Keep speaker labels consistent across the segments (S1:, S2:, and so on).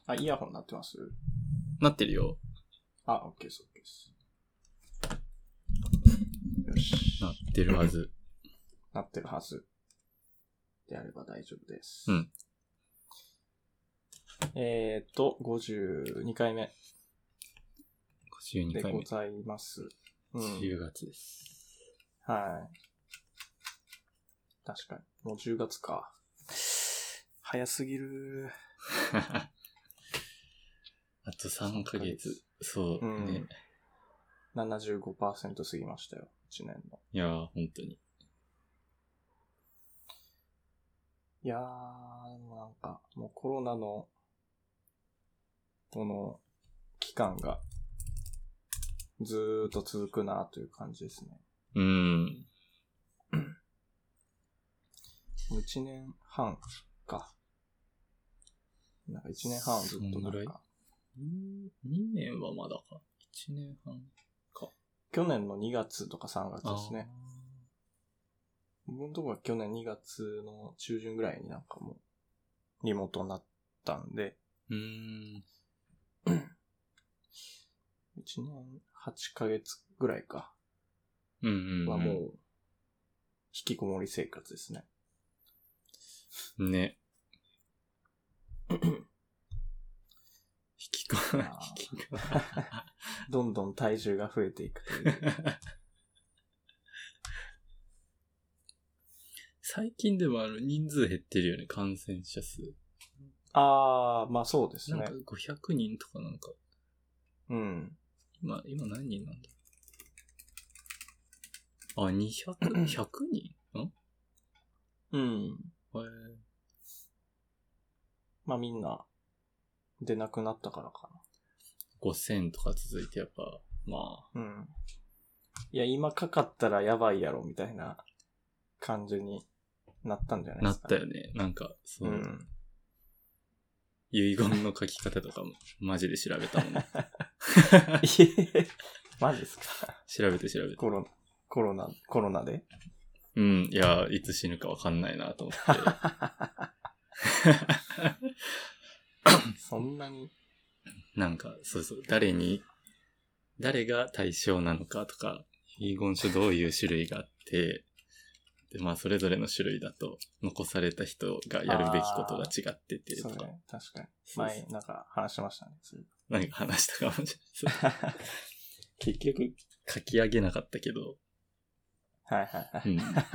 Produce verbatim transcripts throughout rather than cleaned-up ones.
S1: あ、イヤホンなってます？
S2: なってるよ。
S1: あ、オッケーです、オッケーです。よし。
S2: なってるはず。
S1: なってるはず。であれば大丈夫です。
S2: うん。
S1: えーと、ごじゅうにかいめ。
S2: ごじゅうにかいめ。
S1: でございます。
S2: うん、じゅうがつです。
S1: はい。確かに。もうじゅうがつか。早すぎる。
S2: あとさんかげつ。そうね、うん。
S1: ななじゅうごパーセント 過ぎましたよ。いちねんの。
S2: いやー、本当に。
S1: いやー、でもなんか、もうコロナの、この期間が、ずーっと続くなという感じですね。
S2: うーん。
S1: もういちねんはんか。なんかいちねんはんずっとなんか。
S2: にねんはまだか。いちねんはんか。
S1: 去年のにがつとかさんがつですね。僕のとこは去年にがつの中旬ぐらいになんかもう、リモートになったんで。
S2: うーん。
S1: いちねんはちかげつぐらいか。
S2: うんうんうん。
S1: はもう、引きこもり生活ですね。
S2: ね。引きこもり、引きこもり。
S1: どんどん体重が増えていくという。
S2: 最近でもあの人数減ってるよね、感染者数。
S1: あー、まあそうですね。
S2: なんかごひゃくにんとかなんか。
S1: うん。
S2: 今、今何人なんだあ、にひゃく、ひゃくにんん
S1: うん。
S2: へー。
S1: まあみんな、出なくなったからかな。
S2: ごせんとか続いてやっぱ、まあ。
S1: うん。いや、今かかったらやばいやろ、みたいな感じになったんじゃないですか、
S2: ね。なったよね。なんか、そう。
S1: うん、
S2: 遺言の書き方とかも、マジで調べたもんね。
S1: マジですか？
S2: 調べて調べて。
S1: コロナ、コロナ、コロナで？
S2: うん。いや、いつ死ぬかわかんないなと思って。
S1: そんなに
S2: なんか、そうそう、誰に、誰が対象なのかとか、遺言書どういう種類があって、で、まあ、それぞれの種類だと、残された人がやるべきことが違っててとか。
S1: そうね、確かに。前、なんか話しましたね。
S2: 何か話したかもしれない。結局、書き上げなかったけど。
S1: はいはいはい。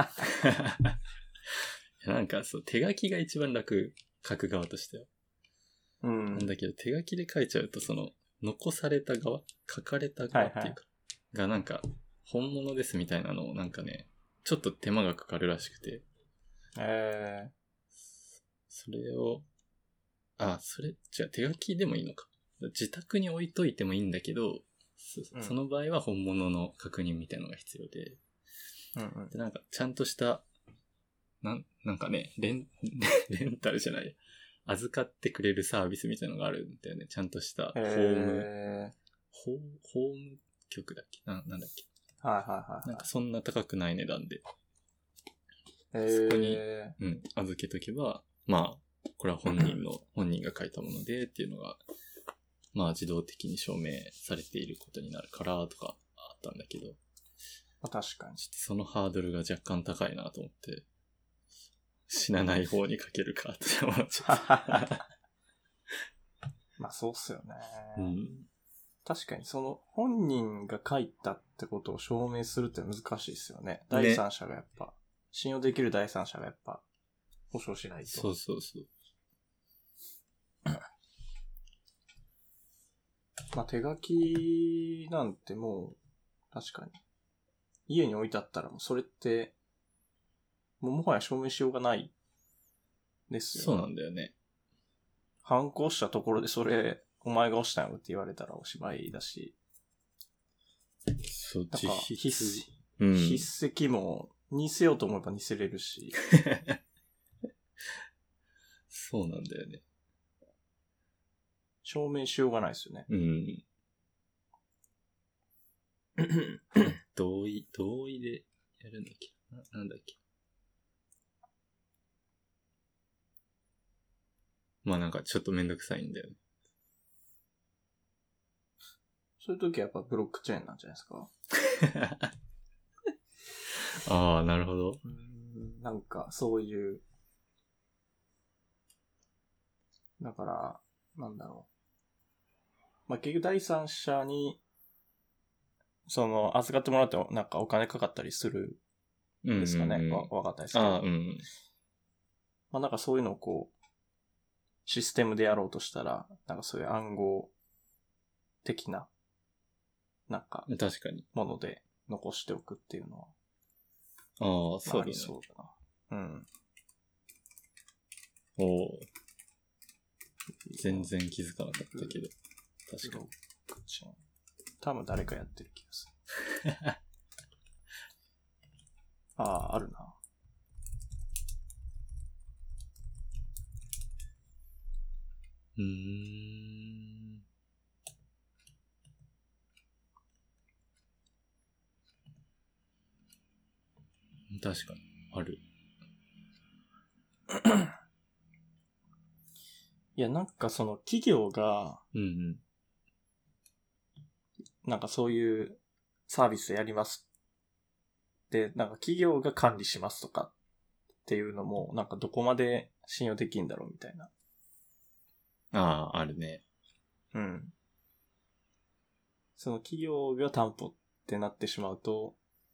S2: うん、なんか、そう、手書きが一番楽、書く側としては。うん。なんだけど、手書きで書いちゃうと、その、残された側、書かれた側っていうか、はいはい、がなんか、本物ですみたいなのをなんかね、ちょっと手間がかかるらしくて。
S1: えー、
S2: それを、あ、それ、じゃあ手書きでもいいのか。自宅に置いといてもいいんだけど、そ, その場合は本物の確認みたいなのが必要で。
S1: うんうん、
S2: で、なんか、ちゃんとした、なん、なんかね、レン、レンタルじゃない。預かってくれるサービスみたいなのがあるんだよね。ちゃんとしたホーム、
S1: えー、
S2: ホー、ホーム局だっけな、なんだっけ。
S1: はいはいはい。
S2: なんかそんな高くない値段で。
S1: えー、
S2: そこに、うん、預けとけば、まあ、これは本人の、本人が書いたものでっていうのが、まあ自動的に証明されていることになるからとかあったんだけど。
S1: まあ、確かに。
S2: ちょっとそのハードルが若干高いなと思って、死なない方に書けるかって思っちゃった。
S1: まあそうっすよね。
S2: うん。
S1: 確かにその本人が書いたってことを証明するって難しいですよね。第三者がやっぱ、ね、信用できる第三者がやっぱ保証しないと。
S2: そうそうそう。
S1: まあ手書きなんてもう確かに家に置いてあったらもうそれってもうもはや証明しようがないですよね。
S2: そうなんだよね。
S1: 反抗したところでそれお前が押したよって言われたらおしまいだし。
S2: そう、
S1: なんか筆跡、
S2: うん、
S1: 筆跡も似せようと思えば似せれるし。
S2: そうなんだよね。
S1: 証明しようがないですよね。
S2: うん。同意、同意でやるんだっけな、なんだっけ。まあなんかちょっとめんどくさいんだよね。
S1: そういう時はやっぱブロックチェーンなんじゃないですか。
S2: ああ、なるほど。
S1: うーん、なんかそういう、だから、なんだろう。まあ、結局第三者に、その、預かってもらってなんかお金かかったりするんですかね。うんうんうん、わ、わかんないですけど。
S2: ああ、うん。
S1: まあなんかそういうのをこう、システムでやろうとしたら、なんかそういう暗号的な、なんか、
S2: 確かに。
S1: もので残しておくっていうのは。
S2: ああ、そうだね。
S1: そうだな。うん。
S2: おお。全然気づかなかったけど。確かに。
S1: 多分誰かやってる気がする。ああ、あるな。
S2: うーん。確かに、ある。
S1: いや、なんかその企業が、
S2: うんうん。
S1: なんかそういうサービスやりますって、なんか企業が管理しますとかっていうのも、なんかどこまで信用できんだろうみたいな。
S2: ああ、あるね。
S1: うん。その企業が担保ってなってしまうと、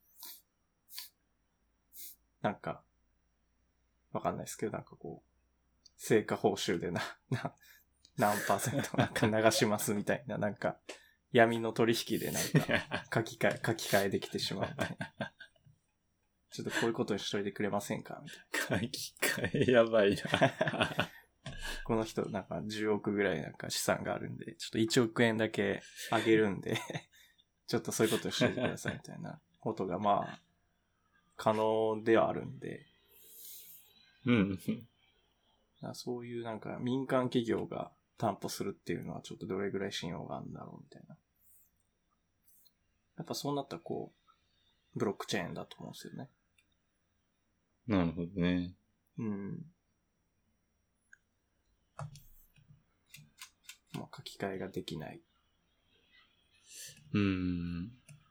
S1: なんか、わかんないですけど、なんかこう、成果報酬でな、な、何パーセントなんか流しますみたいな、なんか、闇の取引でなんか、書き換え、書き換えできてしまうみたいな。ちょっとこういうことにしといてくれませんかみた
S2: いな。書き換えやばいな。
S1: この人なんかじゅうおくぐらいなんか資産があるんで、ちょっといちおくえんだけあげるんで、ちょっとそういうことにしといてくださいみたいなことがまあ、可能ではあるんで。
S2: うん。
S1: そういうなんか民間企業が担保するっていうのはちょっとどれぐらい信用があるんだろうみたいな。やっぱそうなったらこう、ブロックチェーンだと思うんですよね。
S2: なるほどね。
S1: うん。まあ書き換えができない。
S2: うーん。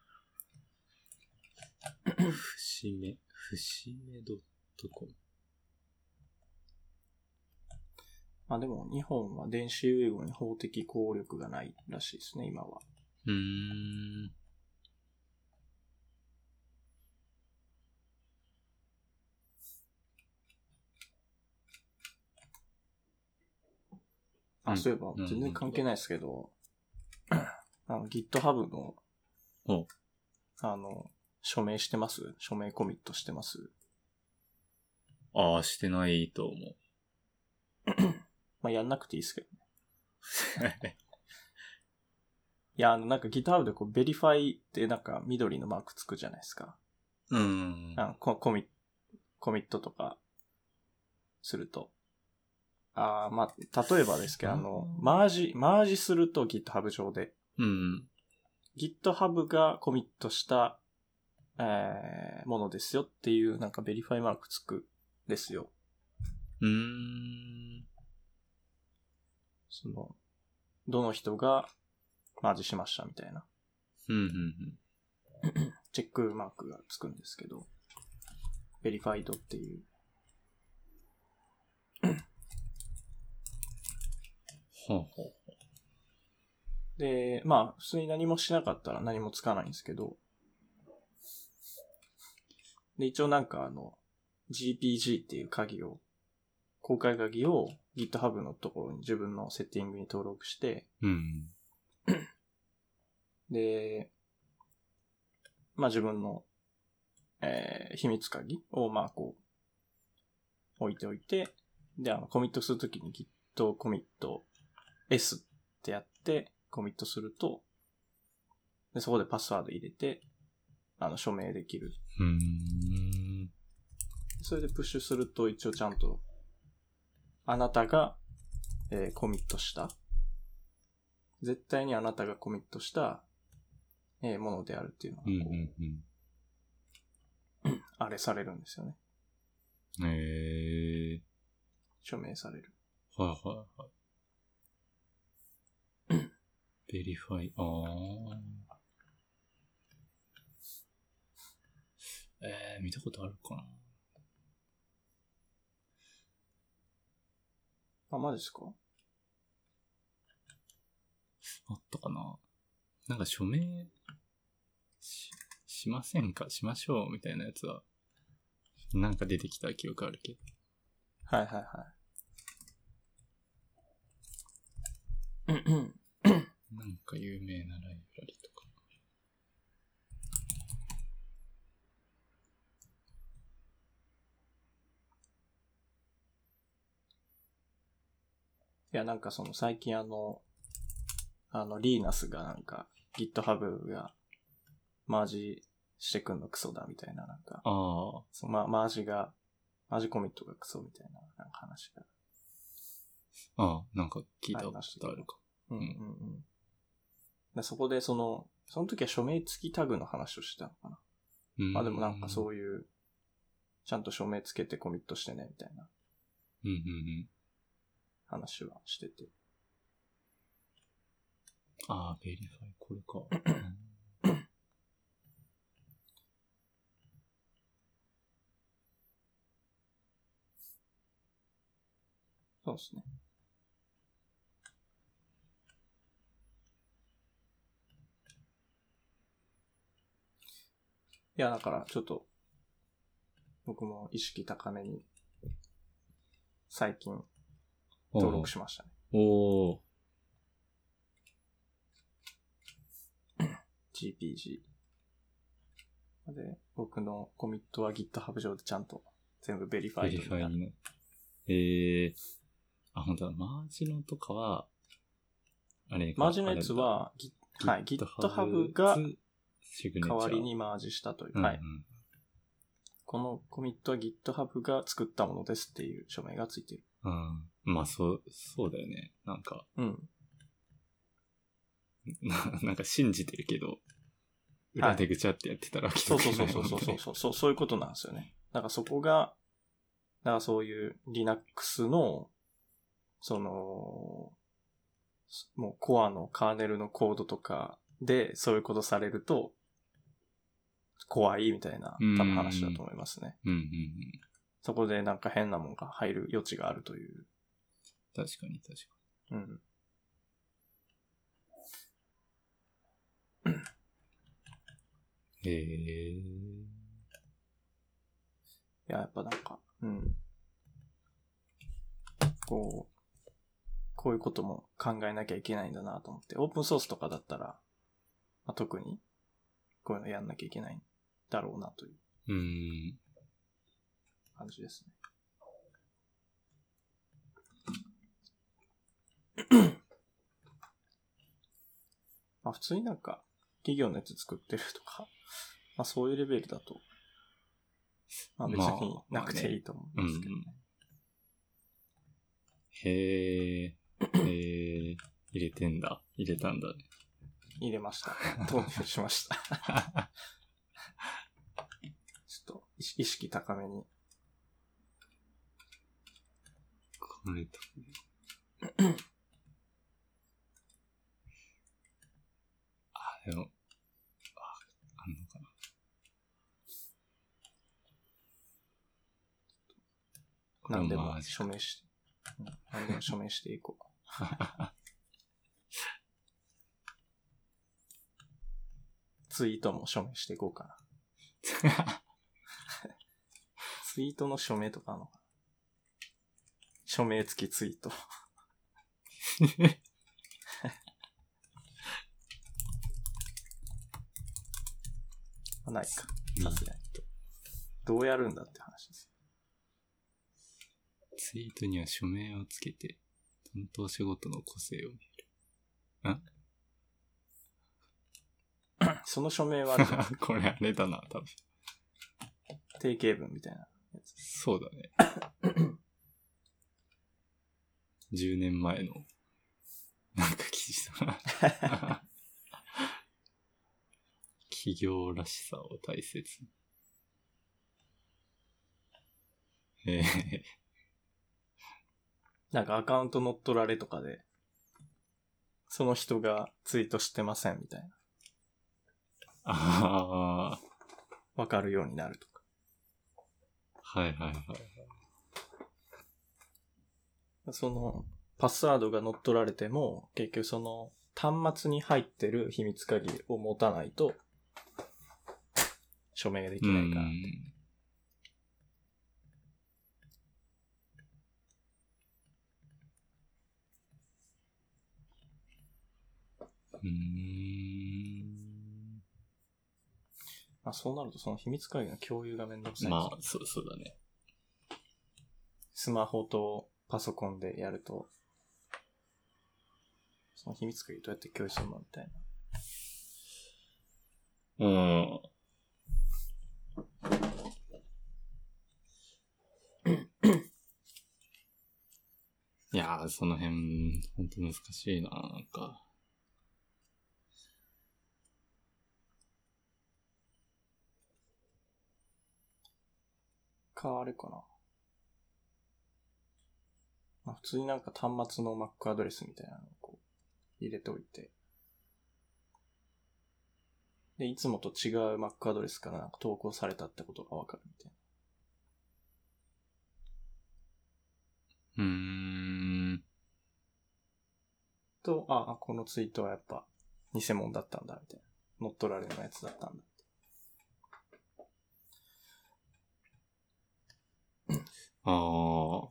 S2: 節目、節目 .com。
S1: まあでも日本は電子遺言に法的効力がないらしいですね、今は。
S2: うーん。
S1: あ、そういえば、全然関係ないですけど、あの GitHub の、あの、署名してます？署名コミットしてます？
S2: ああ、してないと思う。
S1: まあ、やんなくていいですけどね。いや、あの、なんか GitHub でこう、ベリファイってなんか緑のマークつくじゃないですか。
S2: うん。
S1: あのココミ、コミットとか、すると。あまあ、例えばですけど、あの、マージ、マージすると GitHub 上で。
S2: うん。
S1: GitHub がコミットした、えー、ものですよっていう、なんかベリファイマークつくですよ。
S2: うーん。
S1: その、どの人がマージしましたみたいな。
S2: うん、うん、うん。
S1: チェックマークがつくんですけど、ベリファイドっていう。
S2: ほうほう。
S1: で、まあ、普通に何もしなかったら何もつかないんですけど、で、一応なんかあの、ジーピージー っていう鍵を、公開鍵を GitHub のところに自分のセッティングに登録して、
S2: うん。
S1: で、まあ自分の、えー、秘密鍵をまあこう、置いておいて、で、あの、コミットするときに Git コミット S ってやって、コミットすると、で、そこでパスワード入れて、あの、署名できる。
S2: うーん。
S1: それでプッシュすると一応ちゃんと、あなたが、えー、コミットした。絶対にあなたがコミットした、えー、ものであるっていうのがこう、
S2: うんうん
S1: うん、あれされるんですよね。
S2: へえー。
S1: 署名される。
S2: はいはいはい。ベベリファイ、あー。えー、見たことあるかな。
S1: あ、マジですか？
S2: あったかな。なんか署名し、しませんかしましょうみたいなやつは、なんか出てきた記憶あるけど。
S1: はいはいはい。
S2: なんか有名なライブラリとか。
S1: いや、なんかその最近あの、あの、リーナスがなんか GitHub がマージしてくんのクソだみたいななんか、
S2: ああ。
S1: そのま、マージが、マージコミットがクソみたいななんか話が。
S2: ああ、なんか聞いたことあるか。
S1: うんうんうん。でそこでその、その時は署名付きタグの話をしてたのかな。
S2: うん、
S1: まあでもなんかそういう、ちゃんと署名つけてコミットしてねみたいな
S2: うんうんうん。
S1: 話はしてて。
S2: ああ、ベリファイ、これか。
S1: そうですね。いや、だからちょっと、僕も意識高めに、最近、登録しましたね。
S2: おー。
S1: ジーピージー。で、僕のコミットは GitHub 上でちゃんと全部ベリファイドになる。
S2: ベリファイの。えー。あ、ほんとだ。マージのとかは、あれか。
S1: マージのやつは、はい、GitHub が代わりにマージしたという。はい。このコミットは GitHub が作ったものですっていう署名がついてる。
S2: うん。まあ、そう、そうだよね。なんか。
S1: うん。
S2: な, なんか信じてるけど、裏でぐちゃってやってたら、
S1: そうそうそうそうそうそうそう、そういうことなんですよね。だからそこが、だからそういう Linux の、その、もうコアのカーネルのコードとかでそういうことされると、怖いみたいな多分話だと思いますね。
S2: うんうんうん、
S1: そこでなんか変なもんが入る余地があるという。
S2: 確かに確かに。うん。へえ。い
S1: や、やっぱなんか、うん。こう、こういうことも考えなきゃいけないんだなと思って、オープンソースとかだったら、まあ、特にこういうのやんなきゃいけないんだろうなという
S2: うん
S1: 感じですね。まあ普通になんか企業のやつ作ってるとか、まあそういうレベルだと、まあ別になくていいと思うんですけどね。まあまあね、
S2: うん、へえ、へえ、入れてんだ。入れたんだね。
S1: 入れました。投入しました。ちょっと意識高めに。
S2: これと。あ、でも、あ、あんのかな。
S1: 何でも署名し、何でも署名していこう。ツイートも署名していこうかな。ツイートの署名とかあるのかな。署名付きツイート。ないか。さすがに。どうやるんだって話です。
S2: ツイートには署名をつけて、担当仕事の個性を見る。ん
S1: その署名は
S2: これあれだな、多分。
S1: 定型文みたいなやつ。
S2: そうだね。じゅうねんまえの、なんか記事だな。企業らしさを大切に。えー、
S1: なんかアカウント乗っ取られとかで、 その人がツイートしてませんみたいな。
S2: ああ。
S1: わかるようになるとか。
S2: はいはいはい。
S1: その、パスワードが乗っ取られても、結局その、端末に入ってる秘密鍵を持たないと、署名できないから。
S2: うーん。
S1: まあそうなるとその秘密鍵の共有がめんどくさい。
S2: まあ、そうそうだね。
S1: スマホとパソコンでやると、その秘密鍵どうやって共有するのみたい
S2: な。うん。いやー、その辺、ほんと難しいな、なんか。
S1: か、あれかな。まあ、普通になんか端末の Mac アドレスみたいなのをこう入れておいて。で、いつもと違う Mac アドレスからなんか投稿されたってことがわかるみたい
S2: な。うーん。
S1: と、あ、このツイートはやっぱ偽物だったんだみたいな。乗っ取られるやつだったんだ。
S2: ああ。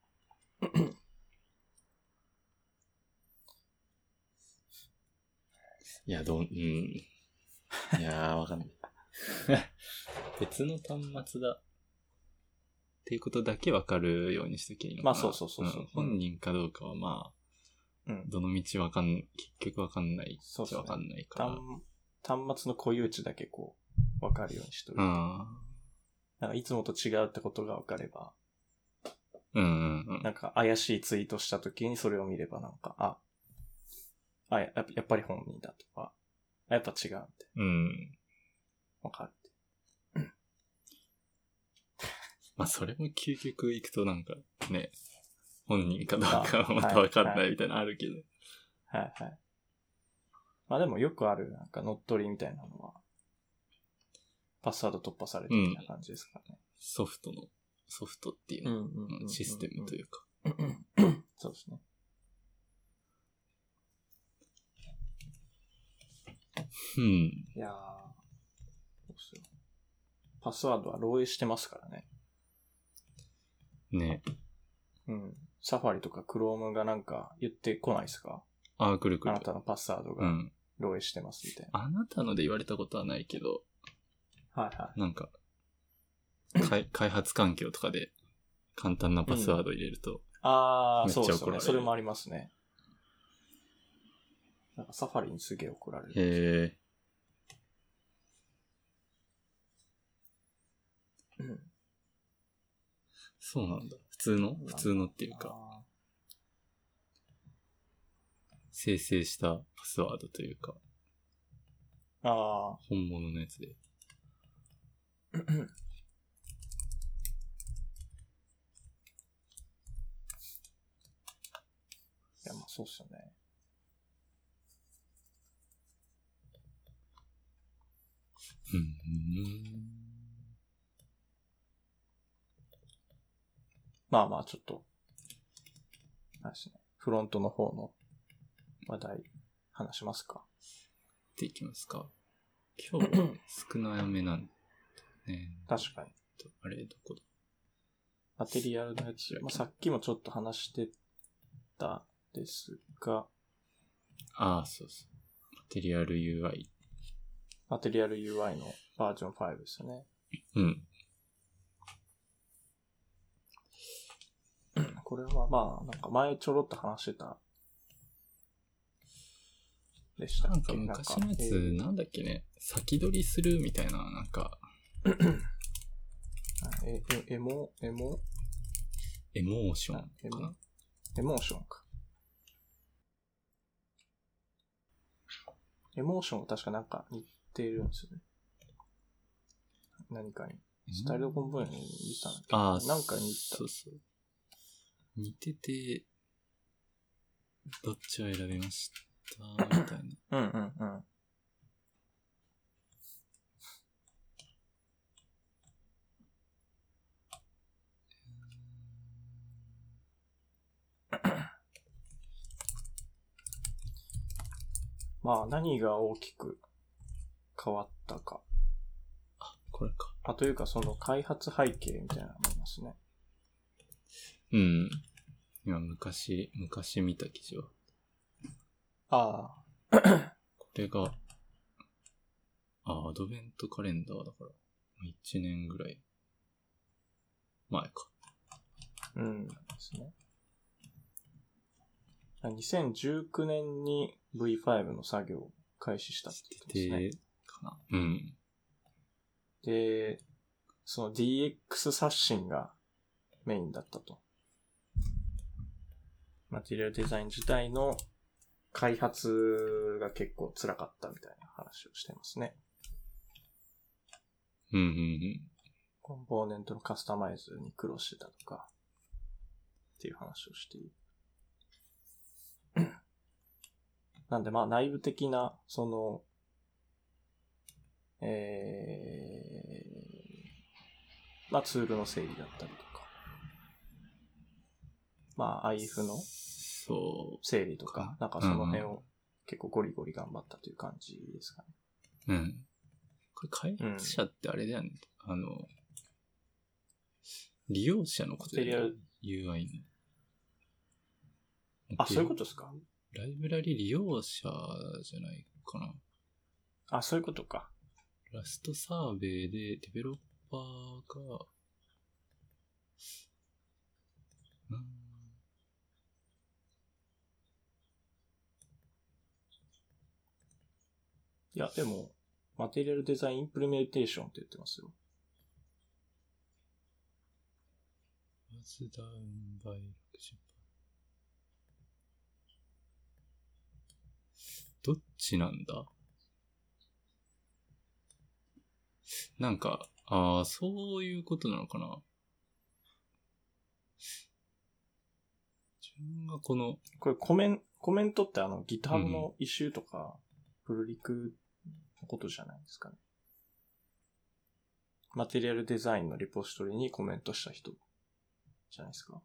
S2: いや、どう、うん。いやー、わかんない。別の端末だっていうことだけわかるようにしときゃいいのかな。
S1: まあそうそうそうそう、うん。
S2: 本人かどうかはまあ、うん、どの道わかん、結局わかんないっちゃわかんないから。
S1: ね、端末の固有値だけこう、わかるようにしといて。なんかいつもと違うってことがわかれば、
S2: うんうんうん、
S1: なんか怪しいツイートしたときにそれを見ればなんか、あ、あや、やっぱり本人だとか、あ、やっぱ違うって。
S2: うん。
S1: わかるって。
S2: まあそれも究極いくとなんかね、本人かどうかはまたわかんないみたいなのあるけど。
S1: はいはい。まあでもよくあるなんか乗っ取りみたいなのは、パスワード突破されてるみたいな感じですからね、うん。
S2: ソフトの、ソフトっていうの、システムというか。
S1: そうですね。
S2: うん。
S1: いやー、どうしよう。パスワードは漏洩してますからね。
S2: ね。
S1: うん。サファリとかクロームがなんか言ってこないですか？
S2: ああ、くるくる。
S1: あなたのパスワードが漏洩してますみたいな、
S2: うん。あなたので言われたことはないけど。
S1: はいはい。
S2: なんか、開発環境とかで簡単なパスワード入れると、うん、
S1: ああ、そうですね。それもありますね。なんかサファリにすげえ怒られる。
S2: へえ。
S1: うん。
S2: そうなんだ。普通の普通のっていうか。生成したパスワードというか。
S1: ああ。
S2: 本物のやつで。い
S1: や、まあそうっすよね。
S2: うん。
S1: まあまあちょっと、あれですね。フロントの方の話題話しますか。
S2: でいきますか。今日は少なめなんだね。
S1: 確かに。
S2: あれ、どこだ？
S1: マテリアルのやつ、まあ、さっきもちょっと話してたですが。
S2: ああ、そうそう。マテリアル ユーアイ。
S1: マテリアル ユーアイ のバージョンファイブですよね。
S2: うん。
S1: これはまあ、なんか前ちょろっと話してたでしたっけ？
S2: なんか昔のやつ、えー、なんだっけね、先取りするみたいな、なんか。
S1: え、え、エモ、エモ
S2: エモーションかな。
S1: エモーションか。エモーションは確かなんか似てるんですよね。何かに。スタイルコンボイに似てたんだけど。ああ、なんか似てた。
S2: そうそう。似てて、どっちを選びましたみたい
S1: な。うんうんうん。まあ何が大きく変わったか。
S2: あ、これか。
S1: あ、というかその開発背景みたいなのもありますね。
S2: うん。今昔、昔見た記事は。
S1: ああ。
S2: これが、あ、アドベントカレンダーだから、いちねんぐらい前か。
S1: うんですね。にせんじゅうきゅうねんに ブイファイブ の作業を開始したってことですね。
S2: で、かな。うん。
S1: で、その ディーエックス 刷新がメインだったと。マテリアルデザイン自体の開発が結構辛かったみたいな話をしてますね。
S2: うんうんうん。
S1: コンポーネントのカスタマイズに苦労してたとか、っていう話をしている。なんでまあ内部的な、その、えー、まあツールの整理だったりとか、まあ アイエフ の整理とか、なんかその辺を結構ゴリゴリ頑張ったという感じですかね。
S2: うん。これ開発者ってあれだよね。うん、あの、利用者のことで ユーアイ の。
S1: あ、そういうことですか？
S2: ライブラリ利用者じゃないかな。
S1: あ、そういうことか。
S2: ラストサーベイでデベロッパーが、うん、
S1: いや、でも、マテリアルデザインインプリメンテーションって言ってますよ。
S2: was down by ろくじゅっパーセント。どっちなんだ？なんか、ああ、そういうことなのかな。自分がこの、
S1: これコメン、コメントってあの GitHub のイシューとか、プルリクのことじゃないですかね。マテリアルデザインのリポジトリにコメントした人じゃないですか。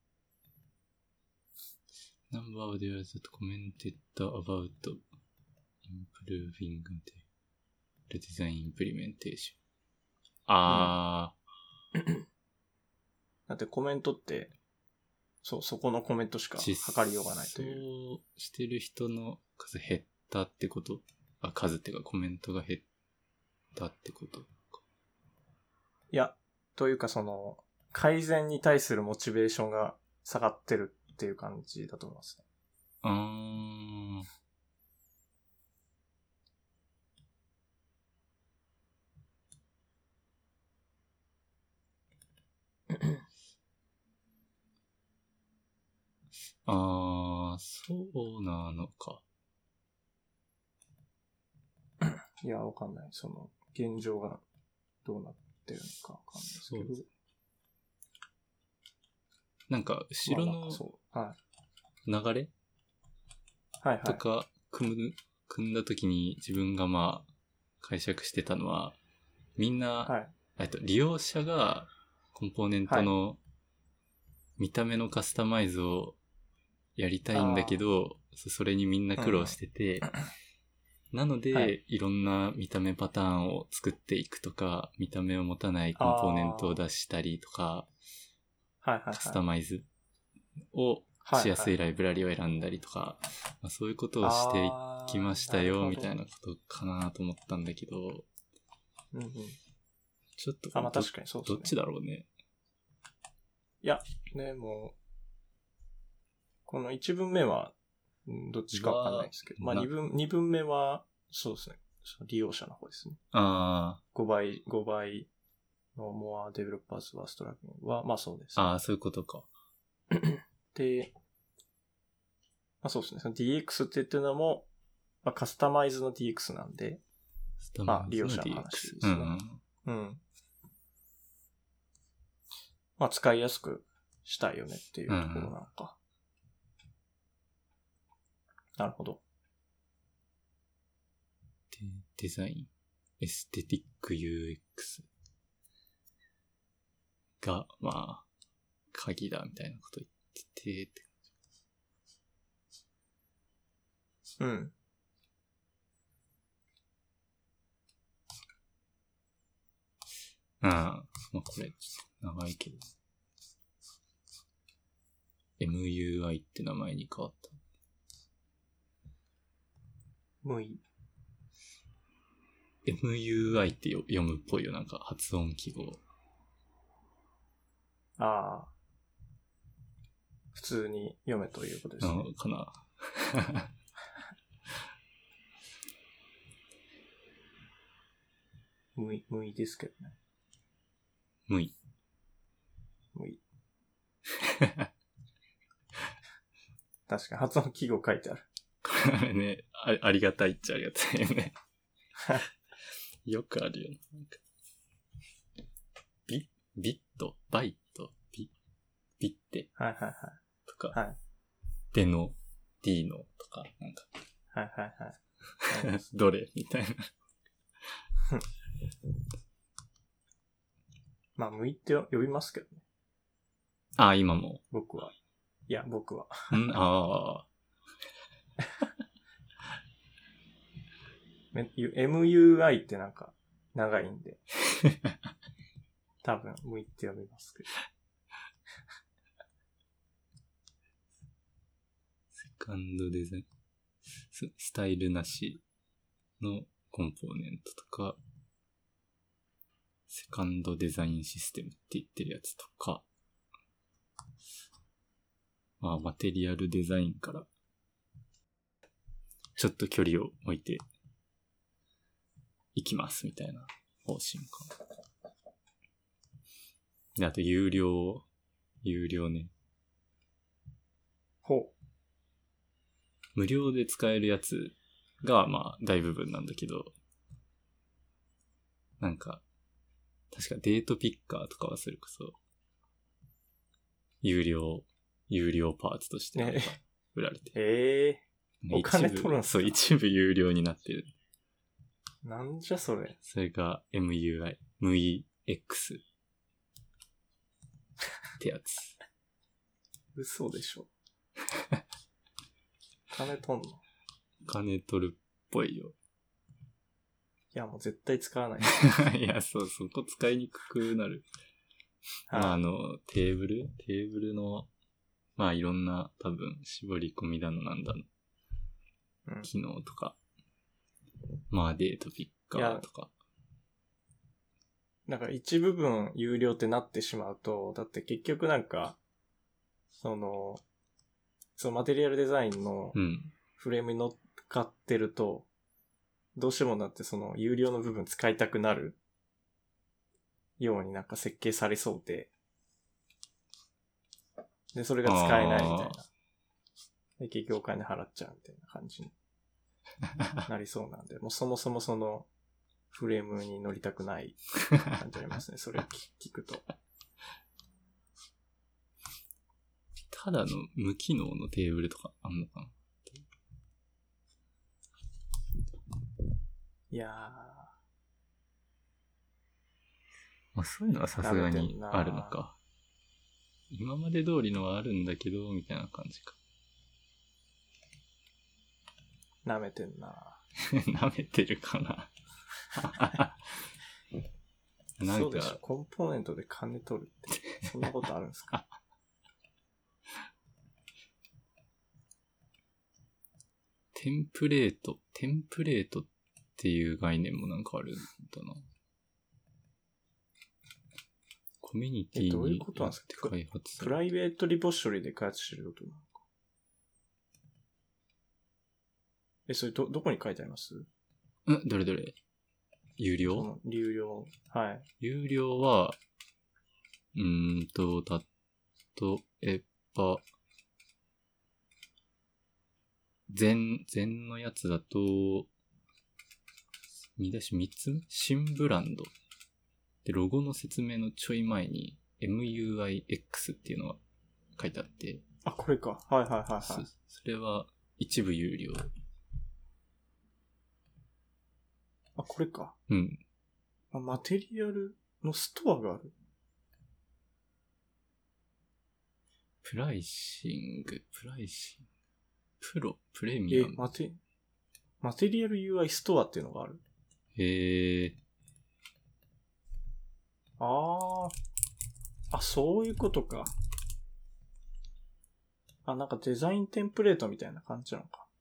S2: Number of users that commented about improving the design implementation. あ
S1: ー、うん。だってコメントって、そう、そこのコメントしか測りようがないという。
S2: そうしてる人の数減ったってこと？あ、数っていうかコメントが減ったってことか。
S1: いや、というかその、改善に対するモチベーションが下がってるっていう感じだと思いますね。
S2: あー。あー、そうなのか。
S1: いや、わかんない。その、現状がどうなってるのかわかんないですけど。
S2: なんか、後ろの流れとか組む、組んだ時に自分がまあ解釈してたのは、みんな、はい、えっと利用者がコンポーネントの見た目のカスタマイズをやりたいんだけど、それにみんな苦労してて、うん、なので、はい、いろんな見た目パターンを作っていくとか、見た目を持たないコンポーネントを出したりとか、カスタマイズをしやすいライブラリを選んだりとか、まあ、そういうことをしていきましたよみたいなことかなと思ったんだけど、
S1: うんうん、
S2: ちょっと
S1: あ、まあ、確かにそうですね。
S2: どっちだろうね。
S1: いや、ね、もう、このいちぶんめは、どっちかわかんないですけど、まあにぶん、にぶんめは、そうですね、利用者の方ですね。
S2: ああ。
S1: ごばい、ごばいの More Developers were struggling は、まあそうです、
S2: ね。ああ、そういうことか。
S1: で、まあそうですね。その ディーエックス って言ってるのも、まあカスタマイズの ディーエックス なんで、まあ利用者の話ですね。うん、うん。まあ使いやすくしたいよねっていうところなのか。うん、なるほど。
S2: デザイン、エステティック ユーエックス が、まあ、鍵だみたいなこと言ってて。
S1: うん。
S2: ああ、まあこれ、長いけど。エムユーアイ って名前に変わった。
S1: むい。
S2: エムユーアイ って読むっぽいよ、なんか発音記号。
S1: ああ。普通に読めということですね。
S2: かな。
S1: むい、むいですけどね。
S2: むい。
S1: むい。確かに発音記号書いてある。
S2: これねあ、ありがたいっちゃありがたいよね。よくあるよね。なんかビ、ビット、バイト、ビ、ビッテ。
S1: はいはいはい。
S2: とか、
S1: はい。
S2: デノ、ディーノとか、なんか。
S1: はいはいはい。
S2: どれみたいな。
S1: まあ、むいって呼びますけどね。
S2: ああ、今も。
S1: 僕は。いや、僕は。
S2: んああ。
S1: エムユーアイ ってなんか長いんで。多分、むいって呼びますけど。
S2: セカンドデザイン。ス, スタイルなしのコンポーネントとか、セカンドデザインシステムって言ってるやつとか、まあ、マテリアルデザインからちょっと距離を置いていきますみたいな方針か。で、あと有料、有料ね。
S1: ほう。
S2: 無料で使えるやつがまあ大部分なんだけど、なんか確かデートピッカーとかはそれこそ有料有料パーツとして売られて、
S1: ね、ええー、お金取るんすか？
S2: そう、一部有料になってる。
S1: なんじゃそれ。
S2: それが エムユーアイ、エムイーエックス ってやつ。
S1: 嘘でしょ。金取んの？
S2: 金取るっぽいよ。
S1: いや、もう絶対使わない。
S2: いや、そう、そこ使いにくくなる。はい、まあ、あの、テーブルテーブルの、まあ、いろんな多分、絞り込みだのなんだの、うん、機能とか、まあ、デートピッカーとか。
S1: なんか一部分有料ってなってしまうと、だって結局なんか、その、そのマテリアルデザインのフレームに乗っかってると、うん、どうしてもだってその有料の部分使いたくなるようになんか設計されそうで、で、それが使えないみたいな。で、結局お金払っちゃうみたいな感じになりそうなんで、もうそもそもそのフレームに乗りたくない感じありますね。それを聞くと。
S2: ただの無機能のテーブルとかあんのかな？
S1: いやー。
S2: まあ、そういうのはさすがにあるのか。今まで通りのはあるんだけど、みたいな感じか。
S1: 舐めてんな。
S2: 舐めてるかな。
S1: なんかそうでしょ。コンポーネントで金取るって、そんなことあるんですか？
S2: テンプレート、テンプレートっていう概念もなんかあるんだな。コミュニティに
S1: どういうことなんですか？開発プライベートリポジトリで開発してることなのか。え、それど、どこに書いてあります？
S2: んどれどれ有料？
S1: 有料。はい。
S2: 有料は、うーんと、たとえば、全、全のやつだと、見出しみっつめ新ブランド。で、ロゴの説明のちょい前に エムユーアイエックス っていうのが書いてあって。
S1: あ、これか。はいはいはいはい。
S2: そ, それは一部有料。
S1: ああ、これか。
S2: うん。
S1: あ、マテリアルのストアがある。
S2: プライシング、プライシング、プロ、プレミアム。
S1: え、マテ、マテリアル ユーアイ ストアっていうのがある。
S2: へえ。
S1: ああ。あ、そういうことか。あ、なんかデザインテンプレートみたいな感じなのか。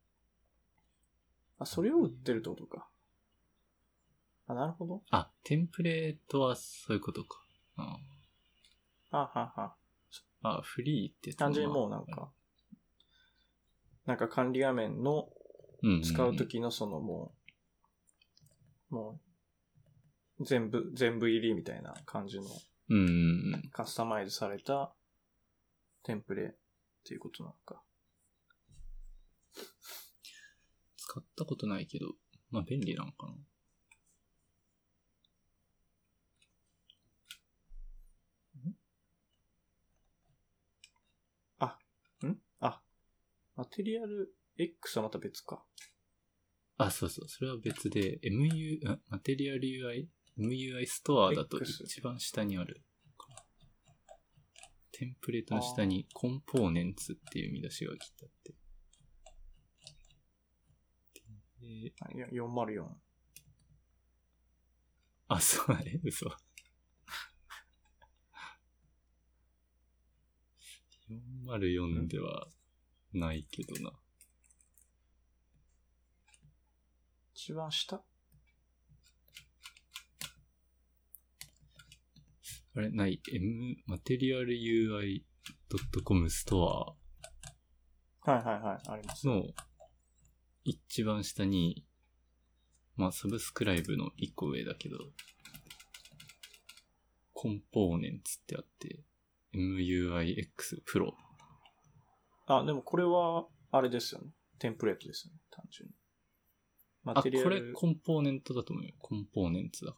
S1: あ、それを売ってるってことか。あ、なるほど。
S2: あ、テンプレートはそういうことか。あ
S1: あはは。
S2: あ、フリーってやつ
S1: 単純にもうなんか、なんか管理画面の使うときのそのもう、もう、全部、全部入りみたいな感じの、カスタマイズされたテンプレっていうことなのか。
S2: 使ったことないけど、まあ便利なのかな。
S1: あ、んあ、マテリアル X はまた別か。
S2: あ、そうそう。それは別で、エムユー、マテリアル ユーアイ、エムユーアイ ストアだと一番下にある。テンプレートの下にコンポーネンツっていう見出しが来てあって。
S1: いや、よんまるよん。
S2: あ、そうね、嘘。よんまるよんではないけどな。
S1: 一番下
S2: あれ、ない ?M、マテリアル ユーアイドットコム スト
S1: ア。はいはいはい、あります。
S2: の一番下に、まあ、サブスクライブの一個上だけど、コンポーネンツってあって、エムユーアイエックス プロ。
S1: あ、でもこれは、あれですよね。テンプレートですよね、単純に。
S2: マテリアル。あ、これコンポーネントだと思うよ。コンポーネンツだから。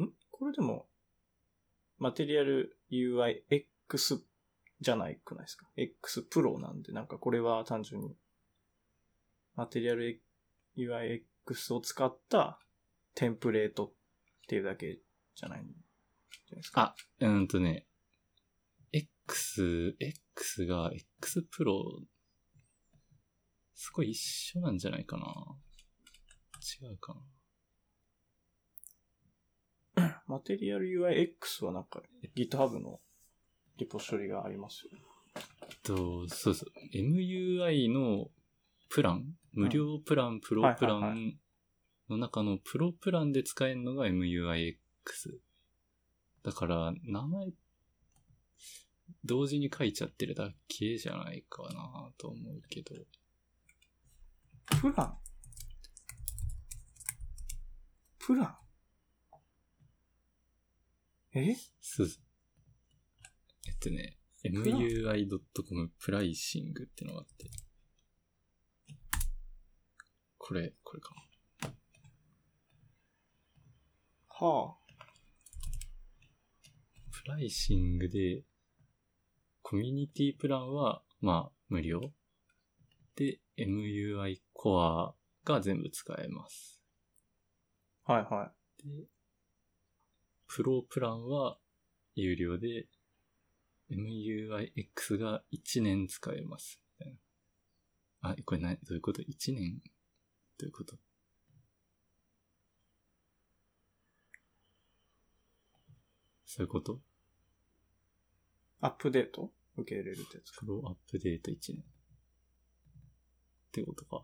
S1: んこれでも、マテリアル ユーアイエックス じゃないくないですか。X プロなんで、なんかこれは単純に、マテリアル ユーアイエックス を使ったテンプレートっていうだけじゃないんじゃないですか。
S2: あ、うんとね、X、X が X プロ、すごい一緒なんじゃないかな。違うか
S1: な。マテリアル ユーアイエックス はなんか GitHub のリポ処理がありますよ。
S2: と、そうそう。エムユーアイ のプラン、無料プラン、うん、プロプランの中のプロプランで使えるのが エムユーアイエックス。だから、名前、同時に書いちゃってるだけじゃないかなと思うけど。
S1: プランプランえ
S2: そう。えっとね、エムユーアイドットコム プライシングってのがあって。これ、これかな。
S1: はあ。
S2: プライシングで、コミュニティプランは、まあ、無料。で、エムユーアイ コアが全部使えます。
S1: はいはい。
S2: で、プロプランは有料で、エムユーアイエックス がいちねん使えます。あ、これ何、どういうこと ?いち 年どういうことそういうこと
S1: アップデート受け入れるってやつか。
S2: プロアップデートいちねん。ってことか。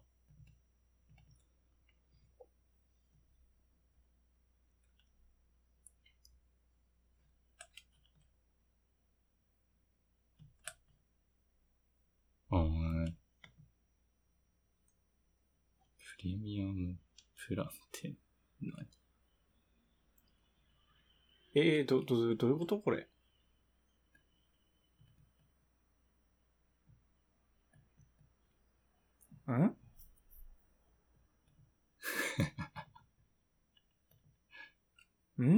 S2: あープレミアムプランって何
S1: えー、ど、ど、どういうことこれ。んん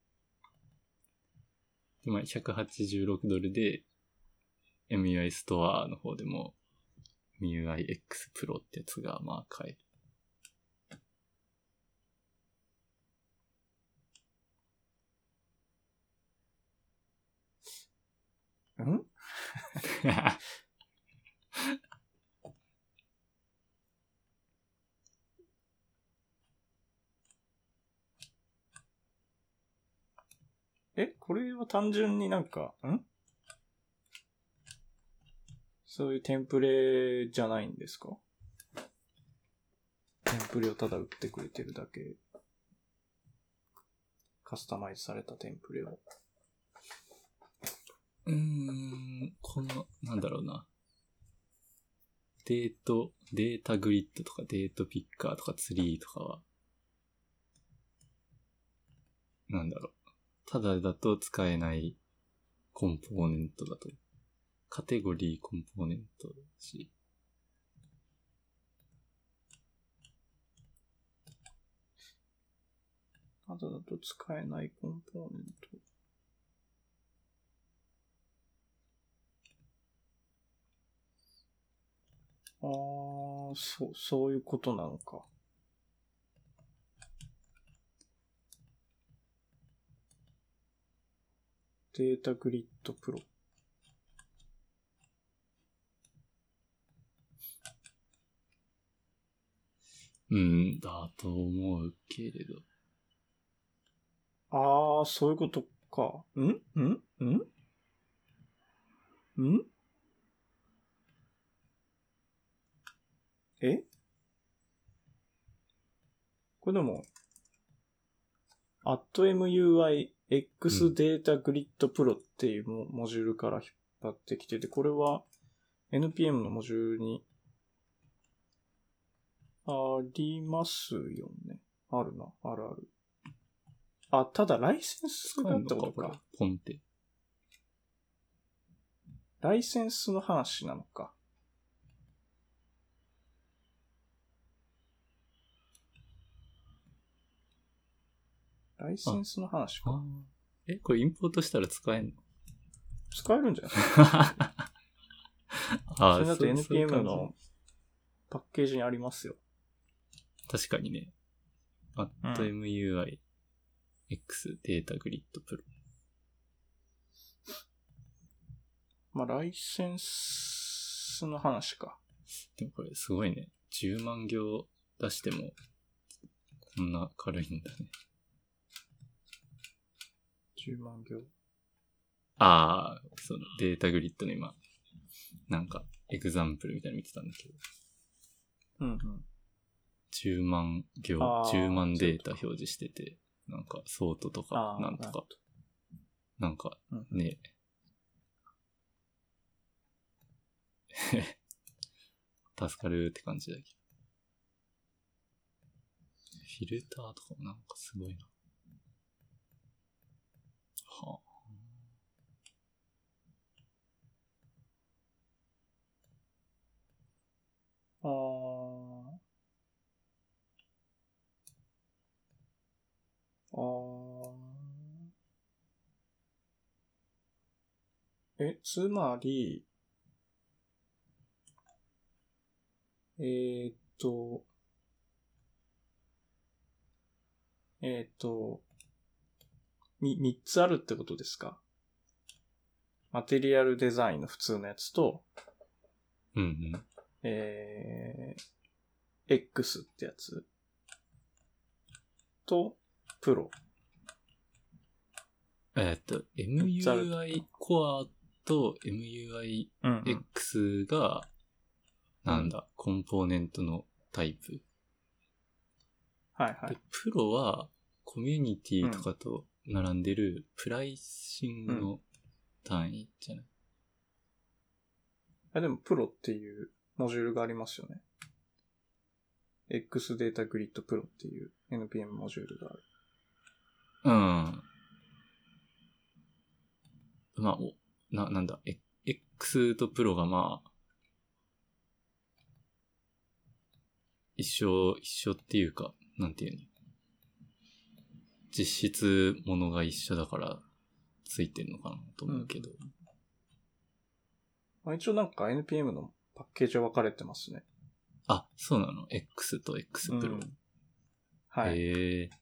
S2: 今ひゃくはちじゅうろくドルで エムユーアイ ストアの方でも エムユーアイエックス プロってやつがまあ買える。
S1: んえ、これは単純になんか、んそういうテンプレじゃないんですか？テンプレをただ売ってくれてるだけ。カスタマイズされたテンプレを。
S2: うーん、この、なんだろうな。デート、データグリッドとかデートピッカーとかツリーとかは、なんだろう。ただだと使えないコンポーネントだと。カテゴリーコンポーネントだし。
S1: ただだと使えないコンポーネント。ああ、そう、そういうことなのか。データグリッドプロ。
S2: うん、だと思うけれど。
S1: ああ、そういうことか。んんんんえこれでも、アット エムユーアイエックス データグリッドプロっていうモモジュールから引っ張ってきてて、これは エヌピーエム のモジュールにありますよね。あるな。あるある。あ、ただライセンスがってことか。
S2: ポンって。
S1: ライセンスの話なのか。ライセンスの話か。
S2: え、これインポートしたら使えんの？
S1: 使えるんじゃないですか。
S2: ああ、
S1: それだと エヌピーエム のパッケージにありますよ。
S2: 確かにね。アット エムユーアイエックス データグリッドプロ。
S1: まあ、ライセンスの話か。
S2: でもこれすごいね。じゅうまん行出しても、こんな軽いんだね。
S1: じゅうまん行。
S2: ああ、そのデータグリッドの今、なんか、エグザンプルみたいなの見てたんだけど。
S1: うんうん。
S2: じゅうまん行、じゅうまんデータ表示してて、なんか、ソートとか、なんとか。なんか、ね、助かるって感じだけど。フィルターとかもなんかすごいな。は
S1: あ。ああ。ああ。え、つまり、えー、っと、えー、っと、み、三つあるってことですか？マテリアルデザインの普通のやつと、
S2: うんうん。
S1: えー、X ってやつと、プロ。
S2: えー、っと、エムユーアイ コアと エムユーアイエックス が、うんうん、なんだ、コンポーネントのタイプ。
S1: はいはい。
S2: で、プロは、コミュニティとかと並んでるプライシングの単位じゃない？
S1: うん、あでも、プロっていうモジュールがありますよね。X データグリッドプロっていう エヌピーエム モジュールがある。
S2: うん。まあ、お、な、なんだ、X とプロがまあ、一緒、一緒っていうか、なんていうの？実質ものが一緒だからついてんのかなと思うけど。うん
S1: まあ、一応なんか エヌピーエム のパッケージは分かれてますね。
S2: あ、そうなの？ X と X プロ。うん、
S1: はい。
S2: へえ。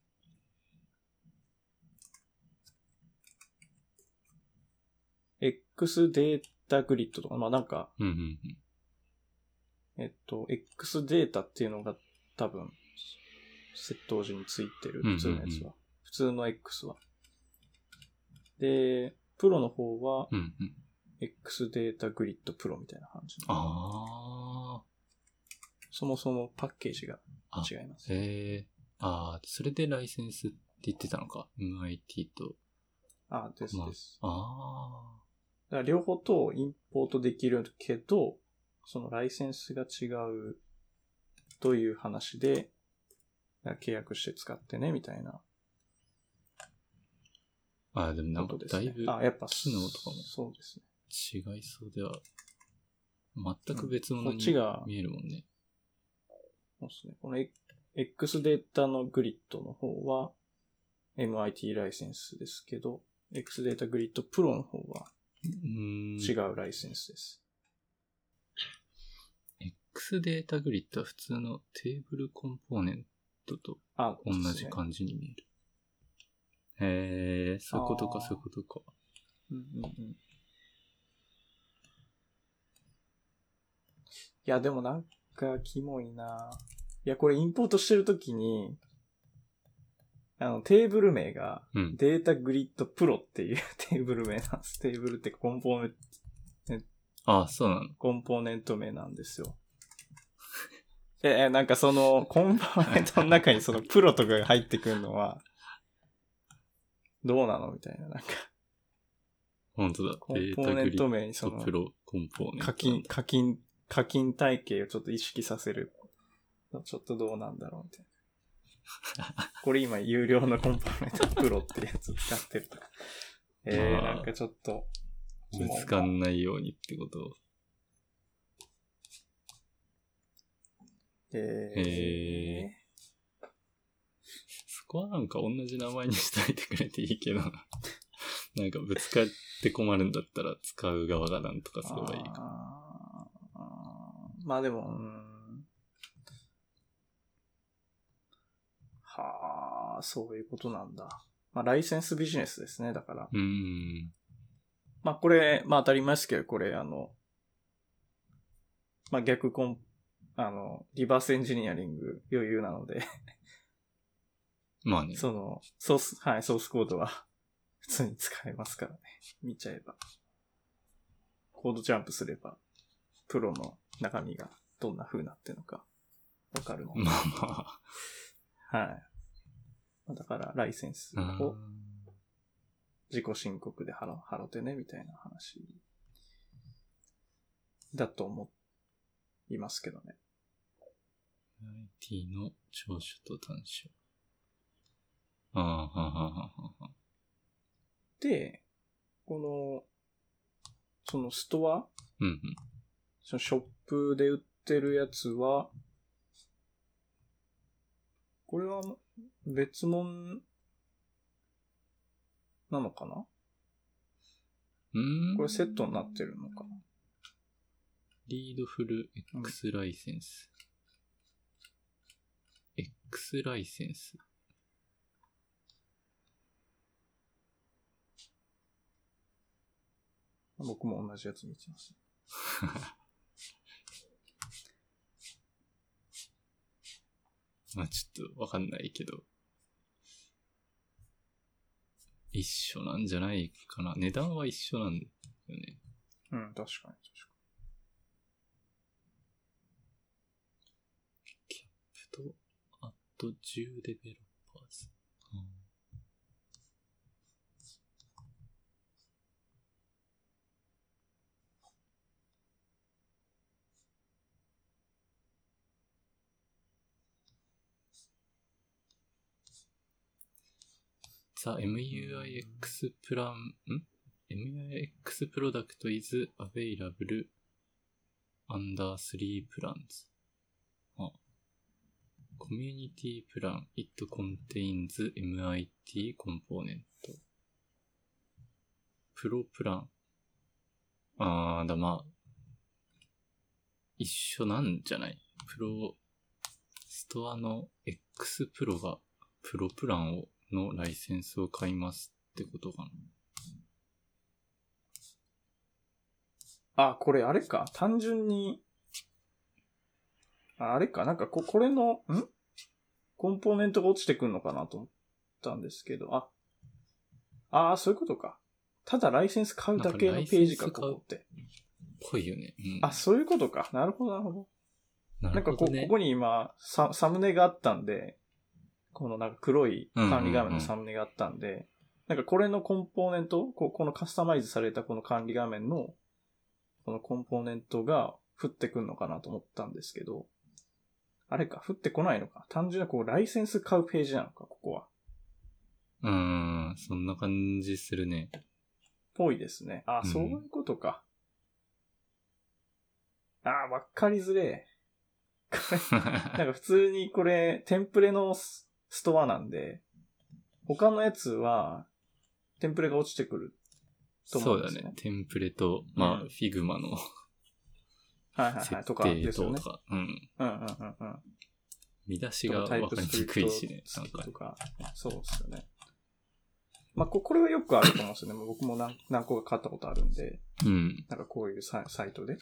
S1: X データグリッドとか、まあなんか、
S2: うんうんうん、
S1: えっと、X データっていうのが多分、接頭時についてる、普通のやつは。うんうんうん、普通の X は。で、プロの方は、
S2: うんうん、
S1: X データグリッドプロみたいな感じ。
S2: ああ。
S1: そもそもパッケージが違います。
S2: へえ。ああ、それでライセンスって言ってたのか。エムアイティー と。
S1: ああ、ですです。
S2: まあ、ああ。
S1: だから両方とインポートできるけど、そのライセンスが違うという話で、契約して使ってね、みたいな。
S2: ああ、でもなんかだいぶ、
S1: あ、やっぱ
S2: 機能とかも
S1: そうです
S2: ね。違いそうでは、全く別物に見えるもんね。
S1: そうですね。この X データのグリッドの方は エムアイティー ライセンスですけど、X データグリッドプロの方は違うライセンスです。
S2: X データグリッドは普通のテーブルコンポーネントと同じ感じに見える。へえ、そういうことか、そういうことか。
S1: うんうんうん。いや、でもなんか、キモいな。いや、これインポートしてるときに、あの、テーブル名が、データグリッドプロっていうテーブル名なんです。テーブルってコンポーネント、
S2: ああ、そうなの？
S1: コンポーネント名なんですよ。え、なんかその、コンポーネントの中にそのプロとかが入ってくるのは、どうなのみたいな、なんか。
S2: 本当だ。
S1: コンポーネント名にその、
S2: プロコンポーネント。
S1: 課金、課金、課金体系をちょっと意識させる。ちょっとどうなんだろうみたいな。これ今有料のコンポーネントプロってやつ使ってるとか。えー、なんかちょっと。
S2: ぶつかんないようにってこと。
S1: えー、
S2: えー。そこはなんか同じ名前にしといてくれていいけどな。なんかぶつかって困るんだったら使う側がなんとかすればいいか。
S1: ああまあでも、うん、はあ、そういうことなんだ。まあライセンスビジネスですね、だから。
S2: うーん。
S1: まあこれ、まあ当たり前ですけど、これあの、まあ逆コン、あの、リバースエンジニアリング余裕なので
S2: まあね。
S1: その、ソース、はい、ソースコードは普通に使えますからね。見ちゃえば。コードジャンプすれば、プロの中身がどんな風になってるのかわかるので。
S2: まあま
S1: あ。はい。だから、ライセンスを自己申告で払払ってね、みたいな話だと思いますけどね。
S2: アイティー の長所と短所。ああ、はははは。
S1: で、この、そのストア、
S2: うんうん、
S1: そのショップで売ってるやつは、これは別物なのかな？
S2: うーん。
S1: これセットになってるのかな？
S2: リードフル X ライセンス。うん、X ライセンス。
S1: 僕も同じやつ見てます。
S2: まあちょっとわかんないけど。一緒なんじゃないかな。値段は一緒なんだよね。
S1: うん、確かに確かに。
S2: キャップと、あとじゅうデベロッパーズ。うん、The エムユーアイエックス プラン、ん エムユーアイエックス product is available under three plans. あ、Community plan. It contains エムアイティー component. プロプラン。あーだ、まあ、一緒なんじゃない？プロ、ストアの X プロがプロプランをのライセンスを買いますってことかな。
S1: あ、これあれか。単純に、あれか。なんかこ、これの、んコンポーネントが落ちてくるのかなと思ったんですけど、あ、ああ、そういうことか。ただライセンス買うだけのページか、ここって。
S2: ぽいよね。うん、
S1: あ、そういうことか。なるほど、なるほど。
S2: なるほどね、
S1: なんかこ、ここに今サ、サムネがあったんで、このなんか黒い管理画面のサムネがあったんで、うんうんうん、なんかこれのコンポーネント、こ, このカスタマイズされたこの管理画面の、このコンポーネントが降ってくるのかなと思ったんですけど、あれか、降ってこないのか。単純なこうライセンス買うページなのか、ここは。
S2: うーん、そんな感じするね。
S1: ぽいですね。あ、うん、そういうことか。あ、わかりづれえ。なんか普通にこれ、テンプレのストアなんで、他のやつは、テンプレが落ちてくると思うんですね。
S2: そうだね。テンプレと、まあ、うん、フィグマの、
S1: はいはいはい。とかですよね。
S2: とか、うん。
S1: うんうんうんうん。
S2: 見出しが分かりにくいしね。なんか。
S1: とかそうですよね。まあ、これはよくあると思うんですよね。僕も 何, 何個か買ったことあるんで。
S2: うん。
S1: なんかこういうサイ, サイトで。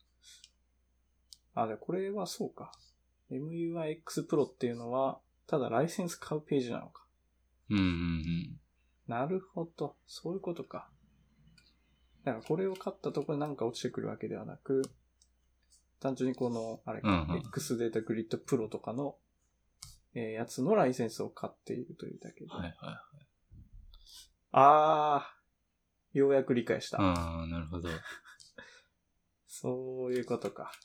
S1: あ、で、これはそうか。エムユーアイエックス Pro っていうのは、ただライセンス買うページなのか。
S2: うんうんうん。
S1: なるほど。そういうことか。だからこれを買ったところに何か落ちてくるわけではなく、単純にこの、あれか、うんうん、X データグリッド Pro とかの、えー、やつのライセンスを買っているというだけで。
S2: はいはいはい。
S1: あー、ようやく理解した。
S2: あー、なるほど。
S1: そういうことか。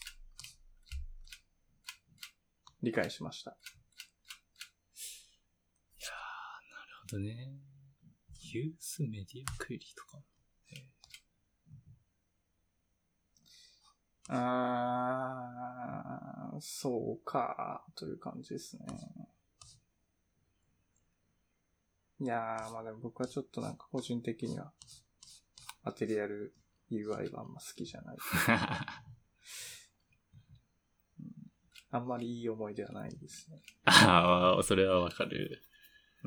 S1: 理解しました。い
S2: やー、なるほどね。ユースメディアクエリとか。
S1: あー、そうか、という感じですね。いやー、まあでも僕はちょっとなんか個人的には、マテリアル ユーアイ はあんま好きじゃない。うん、あんまりいい思い出はないですね。
S2: ああ、それはわかる。
S1: うん。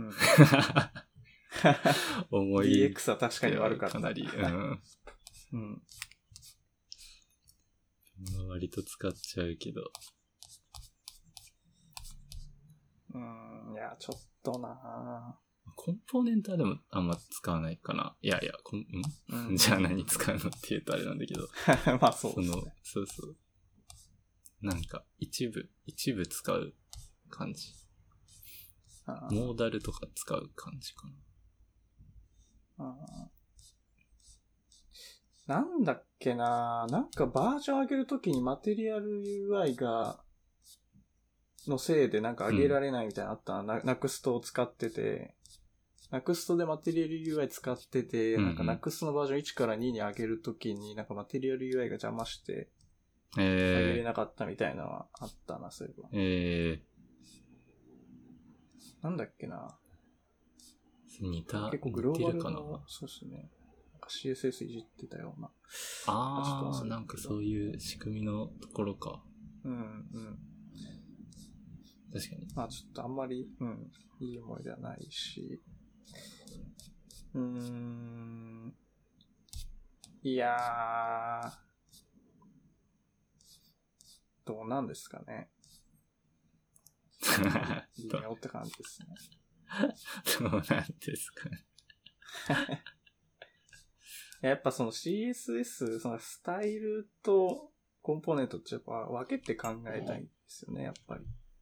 S2: 思い
S1: ディーエックス は確かに悪かった。
S2: かなり。うん。
S1: うん。
S2: 割と使っちゃうけど。
S1: うーん、いや、ちょっとな
S2: コンポーネントはでもあんま使わないかな。いやいや、こん、ん、うん、じゃあ何使うのって言うとあれなんだけど。
S1: まあそうですね。
S2: その、そうそう。なんか、一部、一部使う感じ。モーダルとか使う感じかな。
S1: あなんだっけななんかバージョン上げるときにマテリアル ユーアイ が、のせいでなんか上げられないみたいなのあったな、うん、ナクストを使ってて、ナクストでマテリアル ユーアイ 使ってて、うんうん、なんかナクストのバージョンいちからにに上げるときになんかマテリアル ユーアイ が邪魔して、えー、上げれなかったみたいなのはあったな、そういえば。
S2: え
S1: ー、なんだっけな
S2: 似た、
S1: 結構グローバルの、そうですね。シーエスエス いじってたような。
S2: ああ、なんかそういう仕組みのところか。
S1: うんうん。
S2: 確かに。
S1: まあちょっとあんまり、うん、いい思いではないし。うーん。いやー。どうなんですかね。微妙って感じですね。
S2: どうなんですかね。
S1: やっぱその シーエスエス、そのスタイルとコンポーネントってやっぱ分けて考えたいんですよね、やっぱり。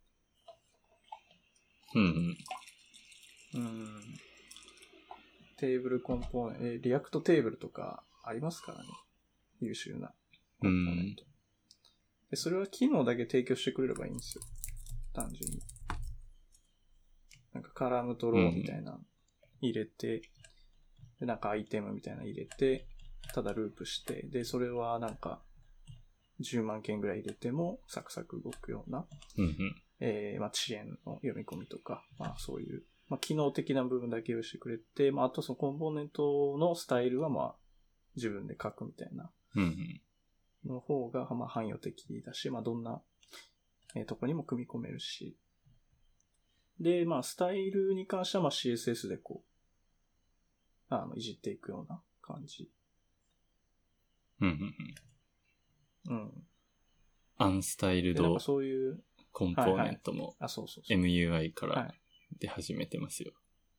S2: うんうん。
S1: うん。テーブルコンポーネント、え、リアクトテーブルとかありますからね。優秀なコンポーネント。うん、でそれは機能だけ提供してくれればいいんですよ。単純に。なんかカラムとローみたいな入れて、うんで、なんかアイテムみたいなの入れて、ただループして、で、それはなんか、じゅうまんけんぐらい入れても、サクサク動くような、
S2: うんうん、
S1: えー、まあ、遅延の読み込みとか、まあ、そういう、まあ、機能的な部分だけ用意してくれて、まあ、あとそのコンポーネントのスタイルは、まあ、自分で書くみたいな、の方が、まあ、汎用的だし、まあ、どんな、えー、とこにも組み込めるし、で、まあ、スタイルに関しては、まあ、シーエスエス でこう、あの、いじっていくような感じ
S2: うんうん
S1: うん。うん。
S2: アンスタイルド
S1: そういう
S2: コンポーネントも エムユーアイ から出始めてますよ。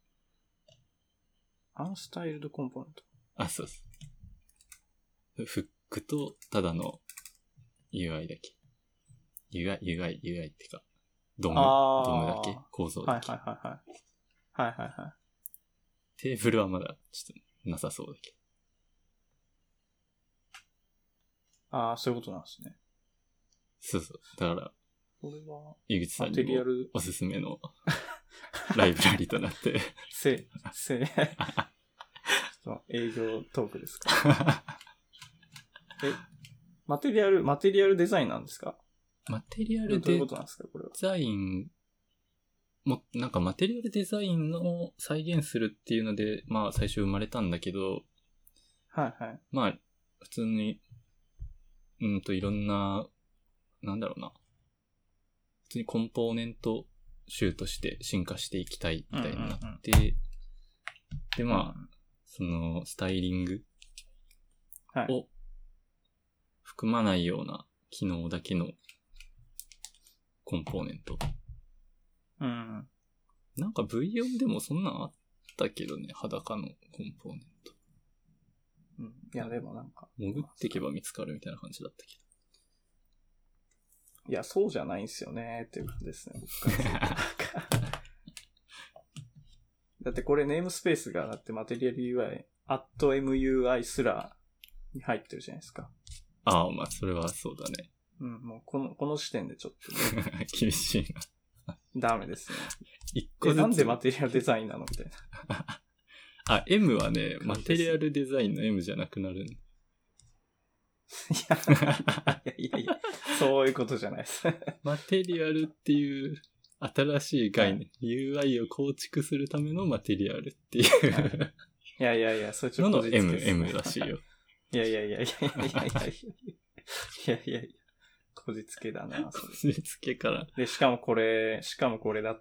S1: アンスタイルドコンポーネント。
S2: あ、そうです。フックとただの ユーアイ だけ。ユーアイ、ユーアイ、ユーアイ ってか、ドム、ドムだけ構造だけ。
S1: はいはいはいはい。はいはいはい。
S2: テーブルはまだちょっとなさそうだけど。
S1: ああ、そういうことなんですね。
S2: そうそう。だから、
S1: これは、
S2: 井口さんにもおすすめのライブラリとなって。
S1: せ、せ、ちょっと営業トークですかえ、マテリアル、マテリアルデザインなんですか？
S2: マテリアルデザインも、なんかマテリアルデザインの再現するっていうので、まあ最初生まれたんだけど、
S1: はいはい。
S2: まあ、普通に、うんといろんな、なんだろうな。普通にコンポーネント集として進化していきたいみたいになって、うんうんうん、でまあ、そのスタイリングを含まないような機能だけのコンポーネント。
S1: うん。
S2: なんか ブイよん でもそんなんあったけどね、裸のコンポーネント。
S1: うん。いや、でもなんか。
S2: 潜っていけば見つかるみたいな感じだったけど。
S1: いや、そうじゃないんすよねっていう感じですね、僕からだってこれネームスペースがだってマテリアル ユーアイ、アット エムユーアイ すらに入ってるじゃないですか。
S2: ああ、まあそれはそうだね。
S1: うん、もうこの、この時点でちょっと、
S2: ね、厳しい
S1: な。ダメですね。
S2: 一個ずつ。
S1: なんでマテリアルデザインなのみたいな。
S2: あ、M はね、マテリアルデザインの M じゃなくなるんだ。
S1: いやいやいや、そういうことじゃないです。
S2: マテリアルっていう新しい概念、はい、ユーアイ を構築するためのマテリアルっていう、はい、
S1: いやいやいや、それちょっと
S2: の M、M らしいよ。
S1: いやいやいやいやいやいやいやいやいやいやいや、こじつけだな。
S2: こじつけから。
S1: で、しかもこれ、しかもこれだって、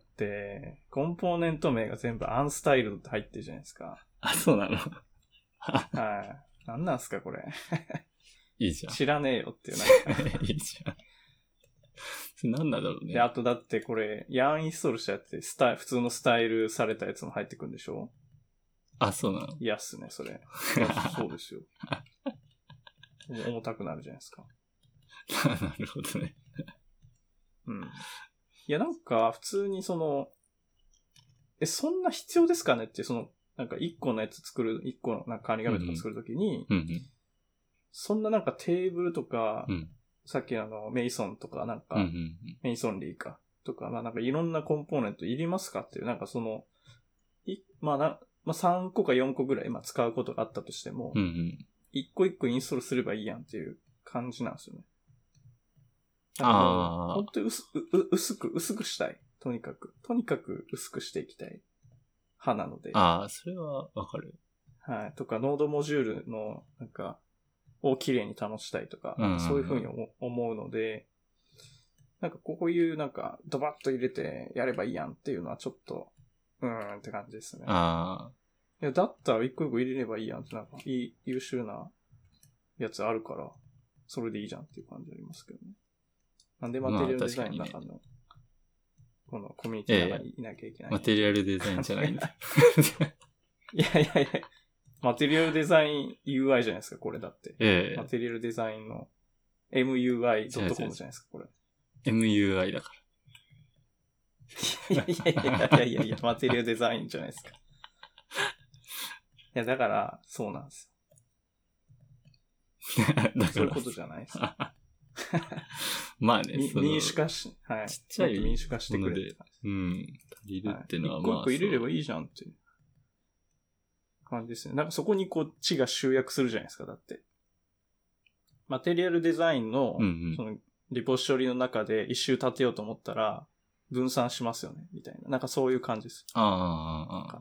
S1: コンポーネント名が全部アンスタイルドって入ってるじゃないですか。
S2: あ、そうなの
S1: はい。なんなんすかこれ。
S2: いいじゃん。
S1: 知らねえよっていう
S2: なんか。いいじゃん。なんなんだろうね。
S1: で、あとだってこれ、ヤーンインストールしたやつスタイ、普通のスタイルされたやつも入ってくるんでしょ？
S2: あ、そうなの？
S1: いやっすね、それ。いやそうですよ。重たくなるじゃないですか。
S2: なるほどね。
S1: うん。いや、なんか、普通にその、え、そんな必要ですかねって、その、なんか一個のやつ作る、一個のなんか管理画面とか作るときに、
S2: うんうん、
S1: そんななんかテーブルとか、
S2: うん、
S1: さっきのあの、メイソンとかなんか、
S2: うんうんうん、
S1: メイソンリーか、とか、まあなんかいろんなコンポーネントいりますかっていう、なんかその、い、まあな、まあさんこかよんこぐらい、まあ使うことがあったとしても、
S2: うんうん、
S1: 一個一個インストールすればいいやんっていう感じなんですよね。
S2: ああ。
S1: 本当に薄く、薄く、薄くしたい。とにかく。とにかく薄くしていきたい派なので。
S2: ああ、それはわかる。
S1: はい。とか、ノードモジュールの、なんか、を綺麗に保ちたいとか、なんかそういうふうに思うので、なんかこういうなんか、ドバッと入れてやればいいやんっていうのはちょっと、うーんって感じですね。
S2: ああ。
S1: いや、だったら一個一個入れればいいやんって、なんか、いい、優秀なやつあるから、それでいいじゃんっていう感じありますけどね。なんでマテリアルデザインの中の、ね、このコミュニティの中にいなきゃいけない、
S2: ええ、マテリアルデザインじゃないんだ。
S1: いやいやいや、マテリアルデザイン ユーアイ じゃないですか、これだって。
S2: ええ、
S1: マテリアルデザインの エムユーアイドットコム じゃないですか、これ。
S2: エムユーアイ だから。
S1: いやいやいやいやいや、マテリアルデザインじゃないですか。いや、だから、そうなんですよ。そういうことじゃないですか。
S2: まあね、
S1: 民主化し、はい。
S2: ちっちゃい
S1: 民主化してくれ
S2: る。うん。足りるっていうのは
S1: まあ、一個一個入れればいいじゃんっていう感じですね。なんかそこにこっちが集約するじゃないですか、だって。マテリアルデザインの、
S2: うんうん、
S1: その、リポジトリの中で一周立てようと思ったら、分散しますよね、みたいな。なんかそういう感じです。
S2: ああ、ああ。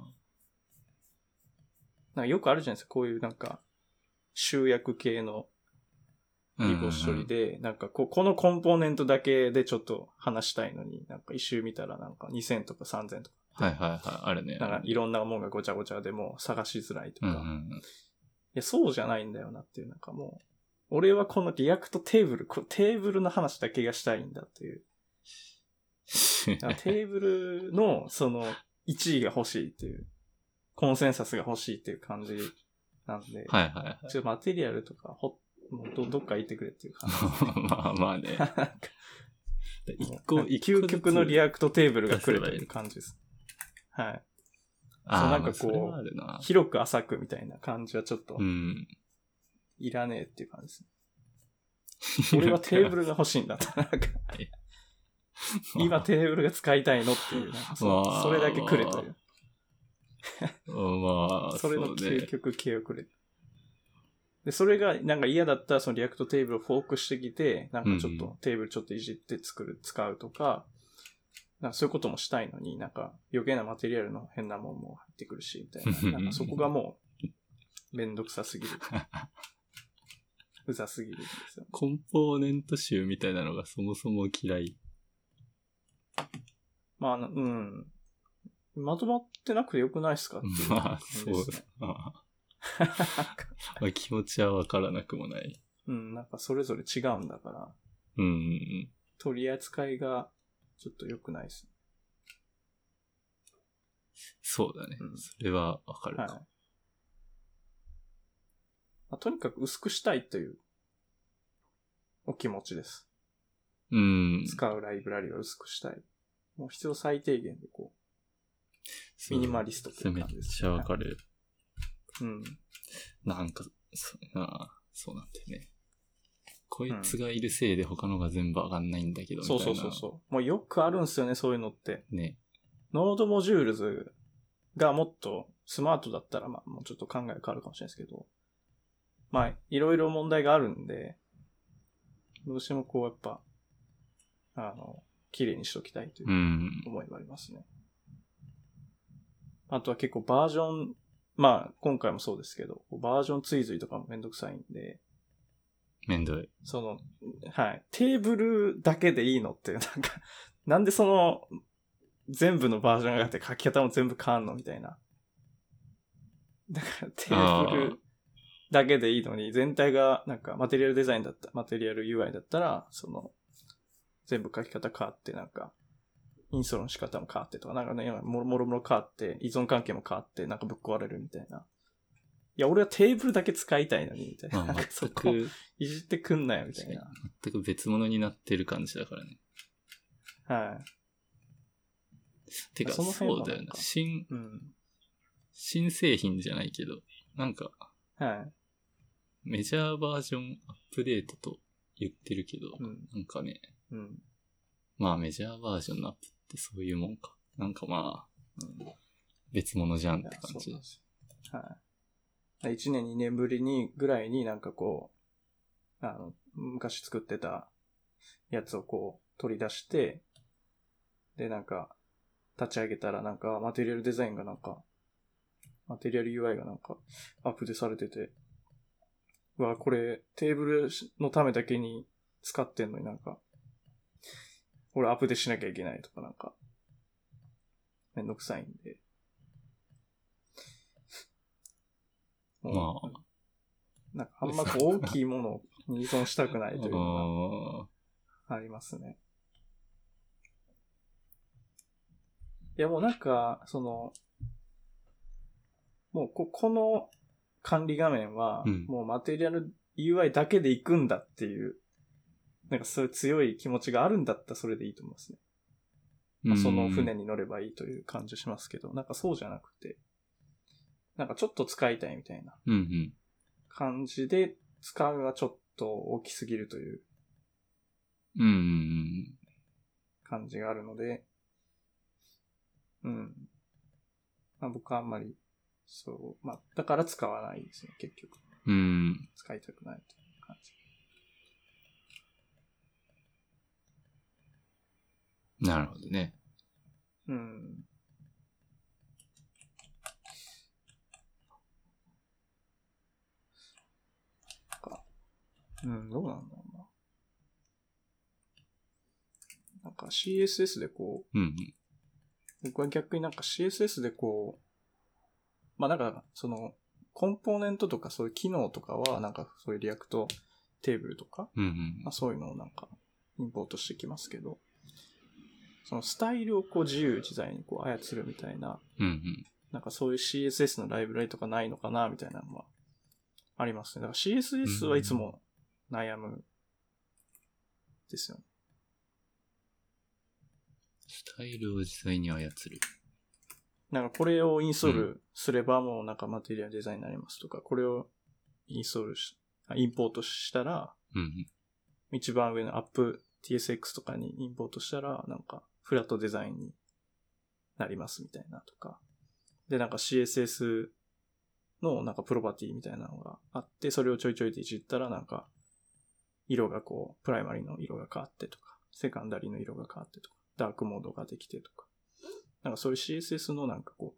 S1: なんかよくあるじゃないですか、こういうなんか、集約系のリポジトリで、なんかこ、このコンポーネントだけでちょっと話したいのに、なんか一周見たらなんかにせんとかさんぜんとか。
S2: はいはいはい、あるね。
S1: なんかいろんなものがごちゃごちゃでもう探しづらいとか。
S2: うんうんうん、い
S1: や、そうじゃないんだよなっていう、なんかもう、 俺はこのリアクトテーブル、テーブルの話だけがしたいんだという。だからテーブルのそのいちいが欲しいっていう、コンセンサスが欲しいっていう感じなんで、
S2: はいはいはい。
S1: ちょっとマテリアルとかほもう ど, どっか行ってくれっていう感じ。
S2: まあまあね。一個、一
S1: 個究極のリアクトテーブルが来るという感じです。はい。
S2: あ
S1: そうなんかこう、
S2: まあ、
S1: 広く浅くみたいな感じはちょっと、
S2: うん。
S1: いらねえっていう感じです。俺はテーブルが欲しいんだって。なんか今テーブルが使いたいのっていう、なんか そ,、まあ、それだけくれという。
S2: まあ、
S1: それの究極系をくれ。で、それがなんか嫌だったらそのリアクトテーブルをフォークしてきて、なんかちょっとテーブルちょっといじって作る、使うとか、なんかそういうこともしたいのに、なんか余計なマテリアルの変なもんも入ってくるし、みたいな。なんかそこがもうめんどくさすぎる。うざすぎるんですよ。
S2: コンポーネント集みたいなのがそもそも嫌い。
S1: まあ、うん。まとまってなくてよくないですかっていう、ね。
S2: まあ、そうだな。まあ気持ちはわからなくもない。
S1: うん、なんかそれぞれ違うんだから。
S2: うんうんうん。
S1: 取り扱いがちょっと良くないです。
S2: そうだね。うん、それはわかるか、はい。
S1: まあ、とにかく薄くしたいというお気持ちです。
S2: うん。
S1: 使うライブラリを薄くしたい。もう必要最低限でこう、ミニマリストっていう感じです、
S2: ね。めっちゃわかる。
S1: うん。
S2: なんか、そあそうなんだよね。こいつがいるせいで他のが全部上がんないんだけど、うん、
S1: そうそうそうそう。もうよくあるんですよね、そういうのって。
S2: ね。
S1: ノードモジュールズがもっとスマートだったら、まあもうちょっと考え変わるかもしれないですけど、まあいろいろ問題があるんで、どうしてもこうやっぱ、あの、綺麗にしときたいという思いがありますね。うん、あとは結構バージョン、まあ今回もそうですけど、バージョン追随とかもめんどくさいんで、
S2: めんどい。
S1: その、はい。テーブルだけでいいのって、なんか、なんでその、全部のバージョンがあって書き方も全部変わんのみたいな。だからテーブルだけでいいのに、全体がなんかマテリアルデザインだった、マテリアル ユーアイ だったら、その、全部書き方変わってなんか、インストの仕方も変わってとか、なんかね、もろもろもろ変わって、依存関係も変わって、なんかぶっ壊れるみたいな。いや、俺はテーブルだけ使いたいのに、みたいな。まあ、全く、いじってくんなよ、みたいな。
S2: 全く別物になってる感じだからね。
S1: はい。
S2: てか、そそうだよな。新、うん、新製品じゃないけど、なんか、
S1: はい。
S2: メジャーバージョンアップデートと言ってるけど、うん、なんかね、
S1: うん、
S2: まあメジャーバージョンのアップってそういうもんか。なんかまあ、うん、別物じゃんって感じです。
S1: はい。いちねんにねんぶりにぐらいになんかこう、あの、昔作ってたやつをこう取り出して、でなんか立ち上げたらなんかマテリアルデザインがなんか、マテリアル ユーアイ がなんかアップデートされてて、うわ、これテーブルのためだけに使ってんのになんか、俺アップデートしなきゃいけないとかなんか、めんどくさいんで。
S2: まあ。
S1: なんかあんまこう大きいものに依存したくないというのがありますね。いやもうなんか、その、もうこ、この管理画面は、もうマテリアル ユーアイ だけで行くんだっていう、なんかそういう強い気持ちがあるんだったらそれでいいと思いますね。まあ、その船に乗ればいいという感じしますけど、なんかそうじゃなくて、なんかちょっと使いたいみたいな感じで使うのはちょっと大きすぎるという感じがあるので、うん。まあ、僕はあんまり、そう、まあ、だから使わないですね、結局。
S2: うん。
S1: 使いたくないという感
S2: じ。なるほどね。
S1: うん。うん、どうなんだろうな。なんか シーエスエス でこ
S2: う、うんうん、
S1: 僕は逆になんか シーエスエス でこう、まあなんかそのコンポーネントとかそういう機能とかはなんかそういうリアクトテーブルとか、
S2: うんうん
S1: まあ、そういうのをなんかインポートしてきますけど、そのスタイルをこう自由自在にこう操るみたいな、
S2: うんうん、
S1: なんかそういう シーエスエス のライブラリとかないのかなみたいなのはありますね。だから シーエスエス はいつも悩むですよね。
S2: スタイルを自在に操る。
S1: なんかこれをインストールすればもうなんかマテリアルデザインになりますとか、これをインストールし、インポートしたら、
S2: うんうん、
S1: 一番上のアップ ティーエスエックス とかにインポートしたら、なんかフラットデザインになりますみたいなとか。で、なんか シーエスエス のなんかプロパティみたいなのがあって、それをちょいちょいでいじったらなんか色がこう、プライマリーの色が変わってとか、セカンダリーの色が変わってとか、ダークモードができてとか。なんかそういう シーエスエス のなんかこ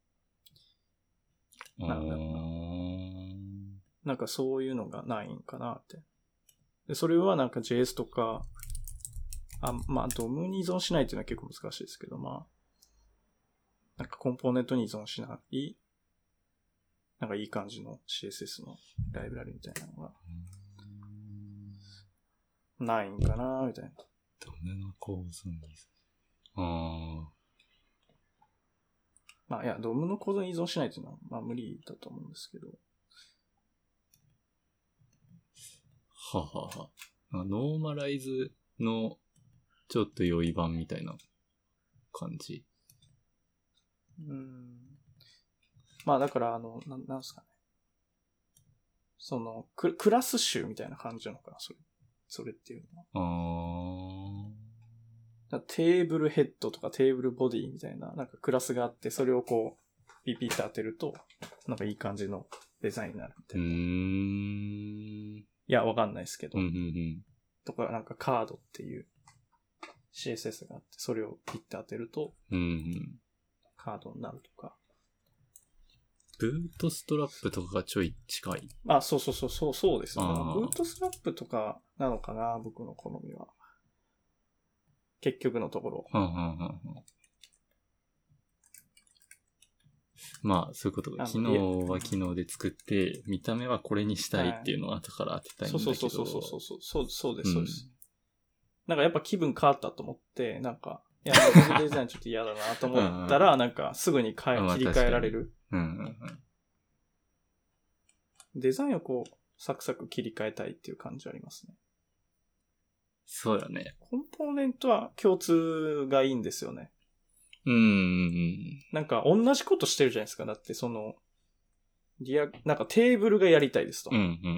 S1: う、なんだろうな。なんかそういうのがないんかなって。で、それはなんか ジェイエス とか、あ、まあ ドム に依存しないっていうのは結構難しいですけど、まあ、なんかコンポーネントに依存しない、なんかいい感じの シーエスエス のライブラリみたいなのが、ないんかなみたいな。
S2: ドムの構造に依存。ああ。
S1: まあいや、ドム の構造に依存しないっていうのは、まあ無理だと思うんですけど。
S2: ははは。ノーマライズのちょっと良い版みたいな感じ。
S1: うーん。まあだからあの、な、なんすかね。その、ク、クラス集みたいな感じなのかな、それ。それっていうのは。ああ。テーブルヘッドとかテーブルボディみたいな、なんかクラスがあって、それをこう、ピピッと当てると、なんかいい感じのデザインになるみたいな。うーん。いや、わかんないですけど。うんうんうん。とか、なんかカードっていう シーエスエス があって、それをピッと当てると、うんうん、カードになるとか。
S2: ブートストラップとかがちょい近い。
S1: あ、そうそうそう、そう、そうですね。ブートストラップとかなのかな、僕の好みは。結局のところ。はんはんはんはん。
S2: まあ、そういうことが。機能は機能で作って、見た目はこれにしたいっていうのを後から当てたいんだけど。
S1: そうそうそうそうそう。そうそうです、そうです。うん、なんかやっぱ気分変わったと思って、なんか、いや、ウェブデザインちょっと嫌だなと思ったら、なんかすぐに変え、切り替えられる。うんうんうん。デザインをこう、サクサク切り替えたいっていう感じありますね。
S2: そうだね。
S1: コンポーネントは共通がいいんですよね。うん。なんか同じことしてるじゃないですか。だってその、リア、なんかテーブルがやりたいですと。うんうん。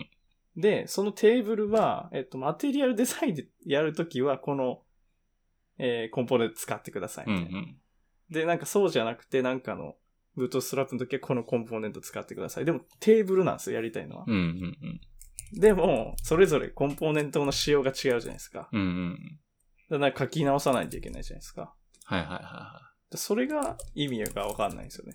S1: で、そのテーブルは、えっと、マテリアルデザインでやるときは、この、えー、コンポーネント使ってくださいみたいな。うんうん、で、なんかそうじゃなくて、なんかの、ブートストラップのときはこのコンポーネント使ってください。でもテーブルなんですよ、やりたいのは。うんうんうん、でも、それぞれコンポーネントの仕様が違うじゃないですか。うんうん、だから書き直さないといけないじゃないですか。はいはいはいはい。それが意味がわかんないんですよね。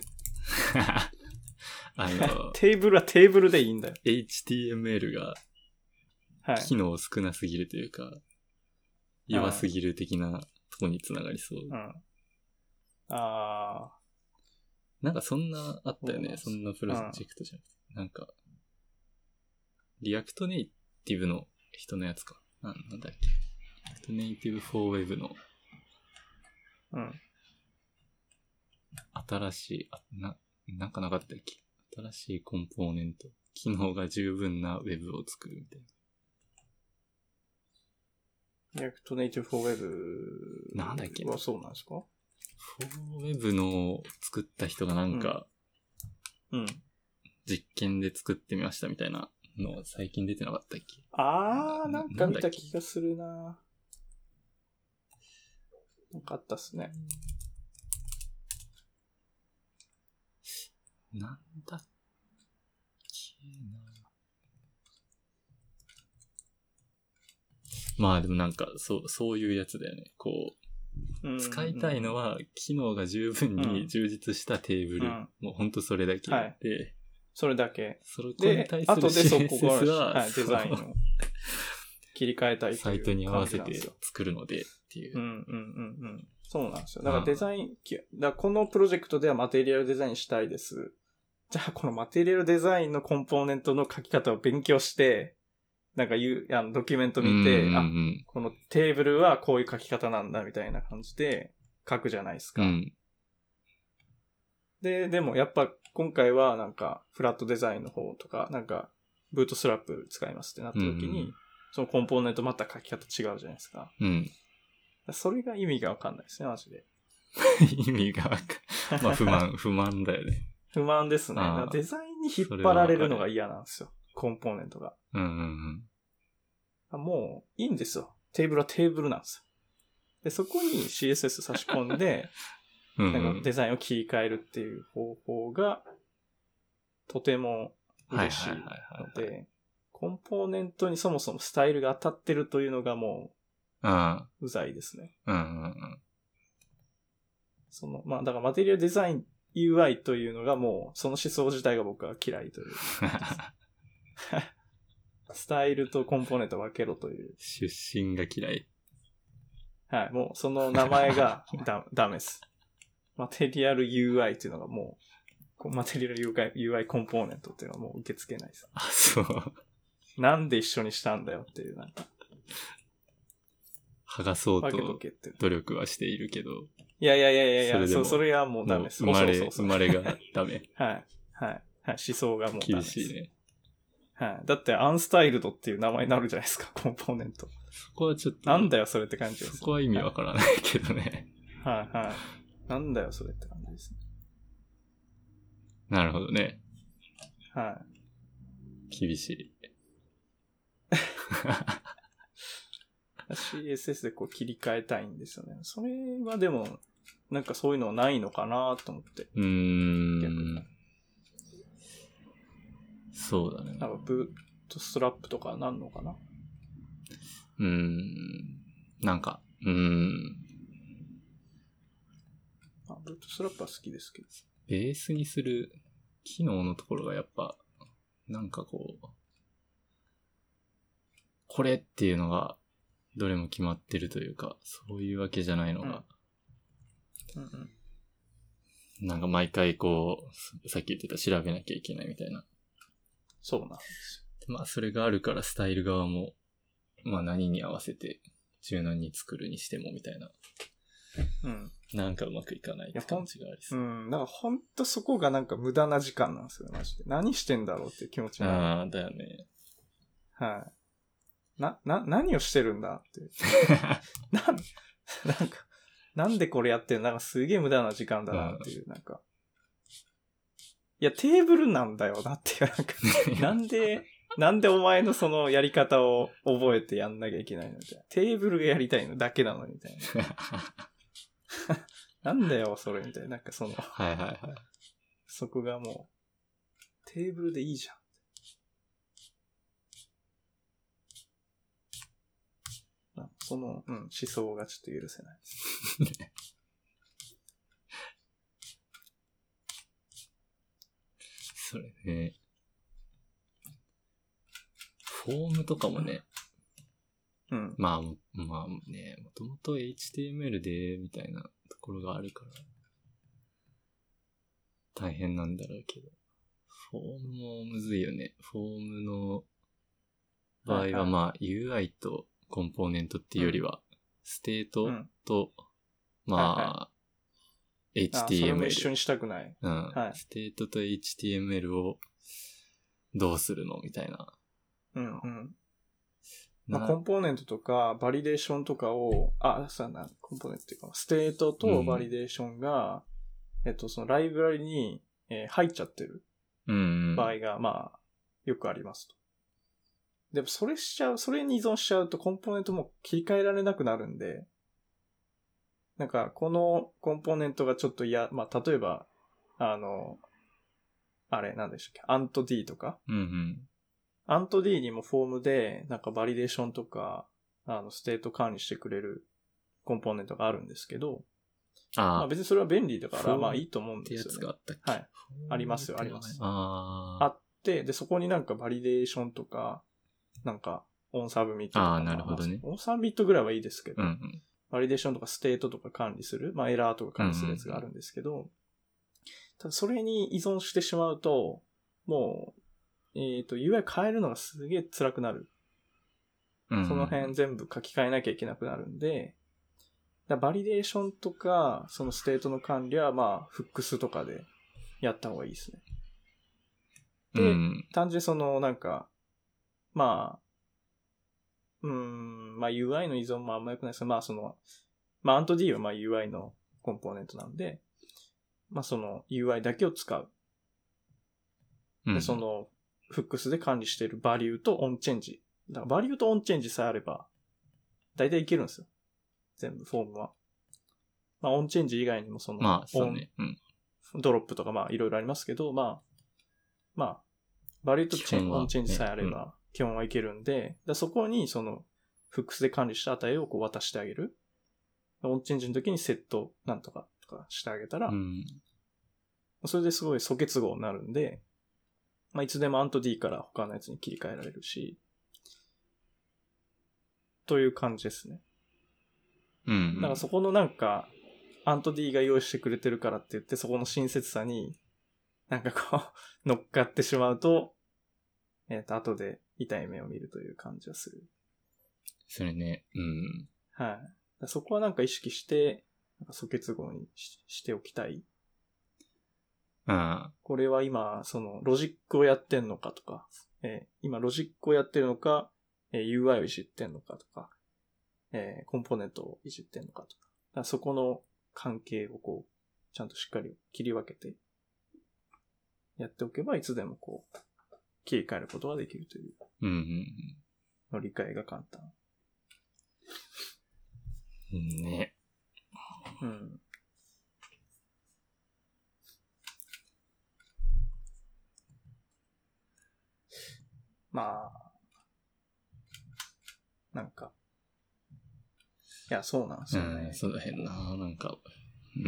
S1: あのテーブルはテーブルでいいんだよ。
S2: エイチティーエムエル が機能少なすぎるというか、はい、弱すぎる的なとこにつながりそう。うん、ああ。なんかそんなあったよね。そんなプロジェクトじゃなくて。うん、なんか、リアクトネイティブの人のやつか。なんなんだっけ。リアクトネイティブフォーウェブの。うん。新しい、あ、な、なんかなかったっけ。新しいコンポーネント。機能が十分なウェブを作るみたい
S1: な。リアクトネイティブフォーウェブ
S2: なんだっけ
S1: はそうなんですか？
S2: フォーウェブの作った人がなんか、うん。うん、実験で作ってみましたみたいなの最近出てなかったっけ？
S1: あー、なんか見た気がするな。なんかあったっすね。
S2: なんだっけな。まあでもなんか、そう、そういうやつだよね。こう、使いたいのは、機能が十分に充実したテーブル。うん、もうほんとそれだけで、はい。
S1: それだけ。
S2: それに対する シーエスエス は、
S1: はい、デザインを切り替えたいという
S2: サイトに合わせて作るのでっていう。
S1: うんうんうんうん。そうなんですよ。だからデザイン、だからこのプロジェクトではマテリアルデザインしたいです。じゃあこのマテリアルデザインのコンポーネントの書き方を勉強して、 なんかいうあのドキュメント見て、
S2: うんうんうん、
S1: あ、このテーブルはこういう書き方なんだみたいな感じで書くじゃないですか。
S2: うん、
S1: で、でもやっぱ今回はなんかフラットデザインの方とか、なんかブートストラップ使いますってなった時に、うん、そのコンポーネントまた書き方違うじゃないですか。
S2: うん。
S1: それが意味がわかんないですね、マジで。
S2: 意味がわかんない。まあ不満、不満だよね。
S1: 不満ですね。デザインに引っ張られるのが嫌なんですよ。コンポーネントが。
S2: うんうん
S1: うん。もういいんですよ。テーブルはテーブルなんですよ。で、そこに シーエスエス 差し込んで、うんうん、なんかデザインを切り替えるっていう方法がとても嬉しいので、コンポーネントにそもそもスタイルが当たってるというのがもう、うざいですね。
S2: うんうんうん、
S1: その、まあ、だからマテリアルデザイン ユーアイ というのがもう、その思想自体が僕は嫌いという。スタイルとコンポーネントを分けろという。
S2: 出身が嫌い。
S1: はい、もうその名前がだダメです。マテリアル ユーアイ っていうのがもう、マテリアル ユーアイ コンポーネントっていうのはもう受け付けないです。
S2: あ、そう。
S1: なんで一緒にしたんだよっていう、なんか。
S2: 剥がそうと努力はしているけど。
S1: いやいやいやいやいや、それでも、それはもうダメです。
S2: 生まれ、
S1: そうそうそう
S2: 生まれがダメ。
S1: はい。はい。はい。思想がもうダメです。
S2: 厳しいね。
S1: はい。だって、アンスタイルドっていう名前になるじゃないですか、コンポーネント。
S2: そこはちょっと。
S1: なんだよ、それって感じです。
S2: そこは意味わからないけどね。
S1: はい、はい、はい。なんだよ、それって感じですね。
S2: なるほどね。
S1: はい。
S2: 厳しい。
S1: シーエスエス でこう切り替えたいんですよね。それはでも、なんかそういうのはないのかなと思って。
S2: うーん。そうだね。
S1: なんかブートストラップとかなんのかな？
S2: うーん。なんか、うーん。
S1: あ、ブートストラップは好きですけど。
S2: ベースにする機能のところがやっぱ、なんかこう、これっていうのが、どれも決まってるというか、そういうわけじゃないのが、
S1: うんうんうん、
S2: なんか毎回こう、さっき言ってた調べなきゃいけないみたいな。
S1: そうなんです
S2: よ。まあそれがあるからスタイル側も、まあ何に合わせて柔軟に作るにしてもみたいな。
S1: うん。
S2: なんかうまくいかないって感じがありそう。
S1: うん。なんかほんとそこがなんか無駄な時間なんですよ、マジで。何してんだろうっていう気持ちが。
S2: ああ、だよね。
S1: はい。な、な、何をしてるんだって。な、なんか、なんでこれやってんの？なんかすげえ無駄な時間だなっていう、なんか。いや、テーブルなんだよなっていう、なんか、なんで、なんでお前のそのやり方を覚えてやんなきゃいけないのみたいな。テーブルがやりたいのだけなのみたいな。なんだよ、それみたいな。なんかその、
S2: はいはいはい。
S1: そこがもう、テーブルでいいじゃん。その、うん、思想がちょっと許せない。
S2: それね。フォームとかもね。
S1: うん。
S2: まあ、まあね、もともと エイチティーエムエル で、みたいなところがあるから、大変なんだろうけど。フォームもむずいよね。フォームの場合はまあ、ユーアイ とコンポーネントっていうよりは、ステートと、うん、まあ、はいはい、エイチティーエムエル。あ、それも
S1: 一緒にしたくない。
S2: うん。はい、ステートと エイチティーエムエル をどうするのみたいな。
S1: うんうん。まあ、コンポーネントとか、バリデーションとかを、あ、そうな、コンポーネントっていうか、ステートとバリデーションが、うん、えっと、そのライブラリに、えー、入っちゃってる場合が、まあ、よくありますと。でもそれしちゃう、それに依存しちゃうとコンポーネントも切り替えられなくなるんで、なんかこのコンポーネントがちょっと嫌、まあ例えば、あの、あれなんでしたっけ、アント D とか、
S2: うんうん、
S1: アント D にもフォームでなんかバリデーションとか、あのステート管理してくれるコンポーネントがあるんですけど、あまあ別にそれは便利だからまあいいと思うんですよね。
S2: ってやつがあったっけ？
S1: はい。ありますよ、あります。
S2: あ
S1: あって、で、そこになんかバリデーションとか、なんか、オンサブミットとか。
S2: ああ、なるほどね。
S1: オンサブミットぐらいはいいですけど、
S2: うんうん、
S1: バリデーションとかステートとか管理する、まあエラーとか管理するやつがあるんですけど、うんうん、ただそれに依存してしまうと、もう、えっと、ユーアイ 変えるのがすげえ辛くなる。 その辺全部書き換えなきゃいけなくなるんで、だバリデーションとか、そのステートの管理は、まあ、フックスとかでやった方がいいですね。で、うん、単純にその、なんか、まあ、うーん、まあ ユーアイ の依存もあんま良くないですけど、まあその、まあ アントディー はまあ ユーアイ のコンポーネントなんで、まあその ユーアイ だけを使う。で、うん、その、フックスで管理しているバリューとオンチェンジ。だからバリューとオンチェンジさえあれば、大体いけるんですよ。全部、フォームは。まあオンチェンジ以外にもその、
S2: まあそうね。
S1: うん。ドロップとかまあいろいろありますけど、まあ、まあ、バリューとチェン、オンチェンジさえあれば、基本はいけるんで、だそこにその、フックスで管理した値をこう渡してあげる。オンチェンジの時にセットなんとかとかしてあげたら、うん、それですごい素結合になるんで、まあ、いつでもアント D から他のやつに切り替えられるし、という感じですね。
S2: うん、うん。
S1: だからそこのなんか、アント D が用意してくれてるからって言って、そこの親切さに、なんかこう、乗っかってしまうと、えっと、後で痛い目を見るという感じはする。
S2: それね、うん。
S1: はい。そこはなんか意識して、なんか素結合に し, しておきたい。
S2: ああ。
S1: これは今、その、ロジックをやってんのかとか、えー、今、ロジックをやってるのか、えー、ユーアイ をいじってんのかとか、えー、コンポーネントをいじってんのかとか。だからそこの関係をこう、ちゃんとしっかり切り分けて、やっておけば、いつでもこう、切り替えることができるという。
S2: うんうんうん。
S1: の理解が簡単。
S2: ね。
S1: うん。まあ、なんか、いや、そうなんですよね。
S2: うん、そうだへんな、なんか、うん。うん。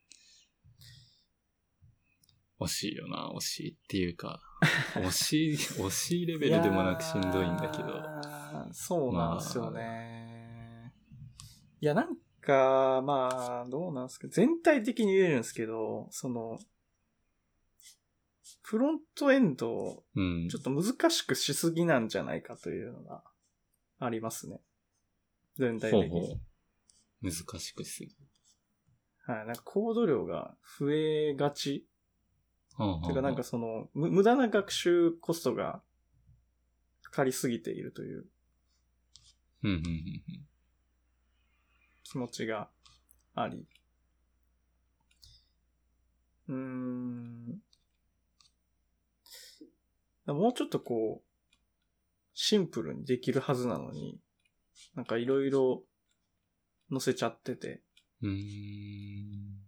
S2: 惜しいよな、惜しいっていうか、惜しい、惜しいレベルでもなくしんどいんだけど。
S1: そうなんですよね。まあ、いや、なんか、まあ、どうなんですか。全体的に言えるんですけど、その、フロントエンドをちょっと難しくしすぎなんじゃないかというのがありますね。全体的に。ほうほう。
S2: 難しくしすぎ。
S1: はい。なんかコード量が増えがち。
S2: はあはあ、
S1: てかなんかその、無駄な学習コストがかかりすぎているという気持ちがあり。うーん。もうちょっとこう、シンプルにできるはずなのに、なんかいろいろ載せちゃってて。
S2: うーん。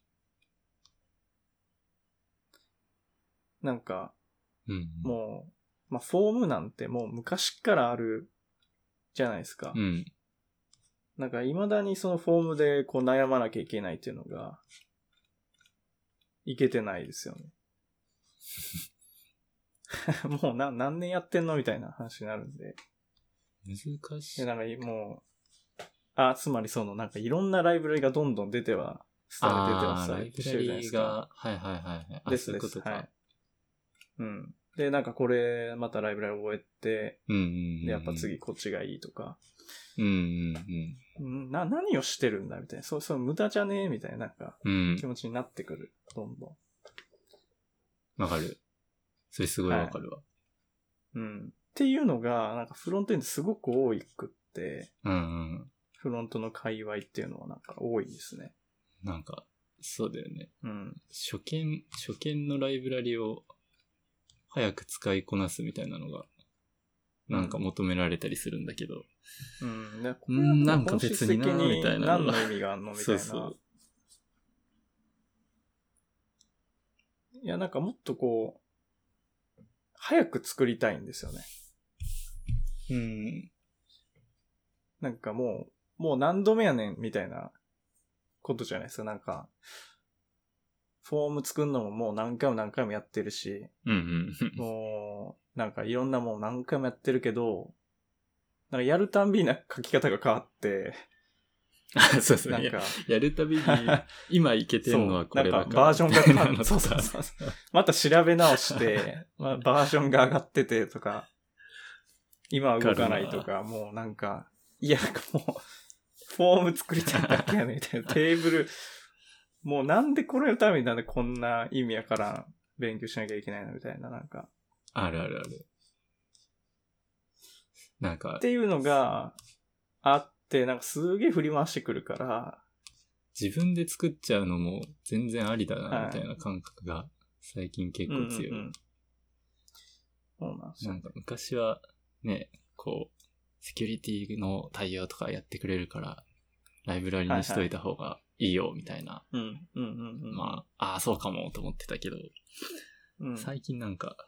S1: なんか、
S2: うん、
S1: もう、まあ、フォームなんてもう昔からあるじゃないですか。
S2: うん。
S1: なんか未だにそのフォームでこう悩まなきゃいけないっていうのが、いけてないですよね。もうな何年やってんのみたいな話になるんで。
S2: 難しい。
S1: で、なんかもう、あ、つまりそのなんかいろんなライブラリがどんどん出ては、スター出てはスターしてるじゃないですか。ライブラリが、
S2: はいはいはいはい。
S1: ですです。はい。うん。で、なんかこれ、またライブラリ覚えて、
S2: うんうんうんうん、
S1: で、やっぱ次こっちがいいとか。
S2: うんうんうん。
S1: な、何をしてるんだみたいな。そう、そう、無駄じゃねえみたいな、なんか、気持ちになってくる。どんどん。
S2: わかる。それすごいわかるわ、はい。
S1: うん。っていうのが、なんかフロントエンドすごく多くって、
S2: うんうん。
S1: フロントの界隈っていうのはなんか多いですね。
S2: なんか、そうだよね。
S1: うん。
S2: 初見、初見のライブラリを早く使いこなすみたいなのが、なんか求められたりするんだけど。
S1: うん。で、
S2: うん、なんか別にな、みたいな。
S1: 何の意味があるのみたいな。そうそう。いや、なんかもっとこう、早く作りたいんですよね。
S2: うん。
S1: なんかもう、もう何度目やねんみたいなことじゃないですか。なんか、フォーム作るのももう何回も何回もやってるし、
S2: うんうん、
S1: もう、なんかいろんなもん何回もやってるけど、なんかやるたんびに書き方が変わって、
S2: そうそう。なんかやるたびに、今いけてるのはこれだから。
S1: なんかバージョンが変わる。そうそうそう。また調べ直して、まあ、バージョンが上がっててとか。 今は動かないとか、もうなんか、いや、なんかもう、フォーム作りたいだけやねみたいな。テーブル、もうなんでこれのためになんでこんな意味やから勉強しなきゃいけないのみたいな、なんか。
S2: あるあるある。なんか。
S1: っていうのがあって、なんかすげえ振り回してくるから。
S2: 自分で作っちゃうのも全然ありだな、みたいな感覚が最近結構強い。
S1: うんうんうん、そうなんですよ。
S2: なんか昔はね、こう、セキュリティの対応とかやってくれるから、ライブラリにしといた方がいいよ、みたいな。
S1: うん、うん、うん。
S2: まあ、ああ、そうかも、と思ってたけど、
S1: うん、
S2: 最近なんか、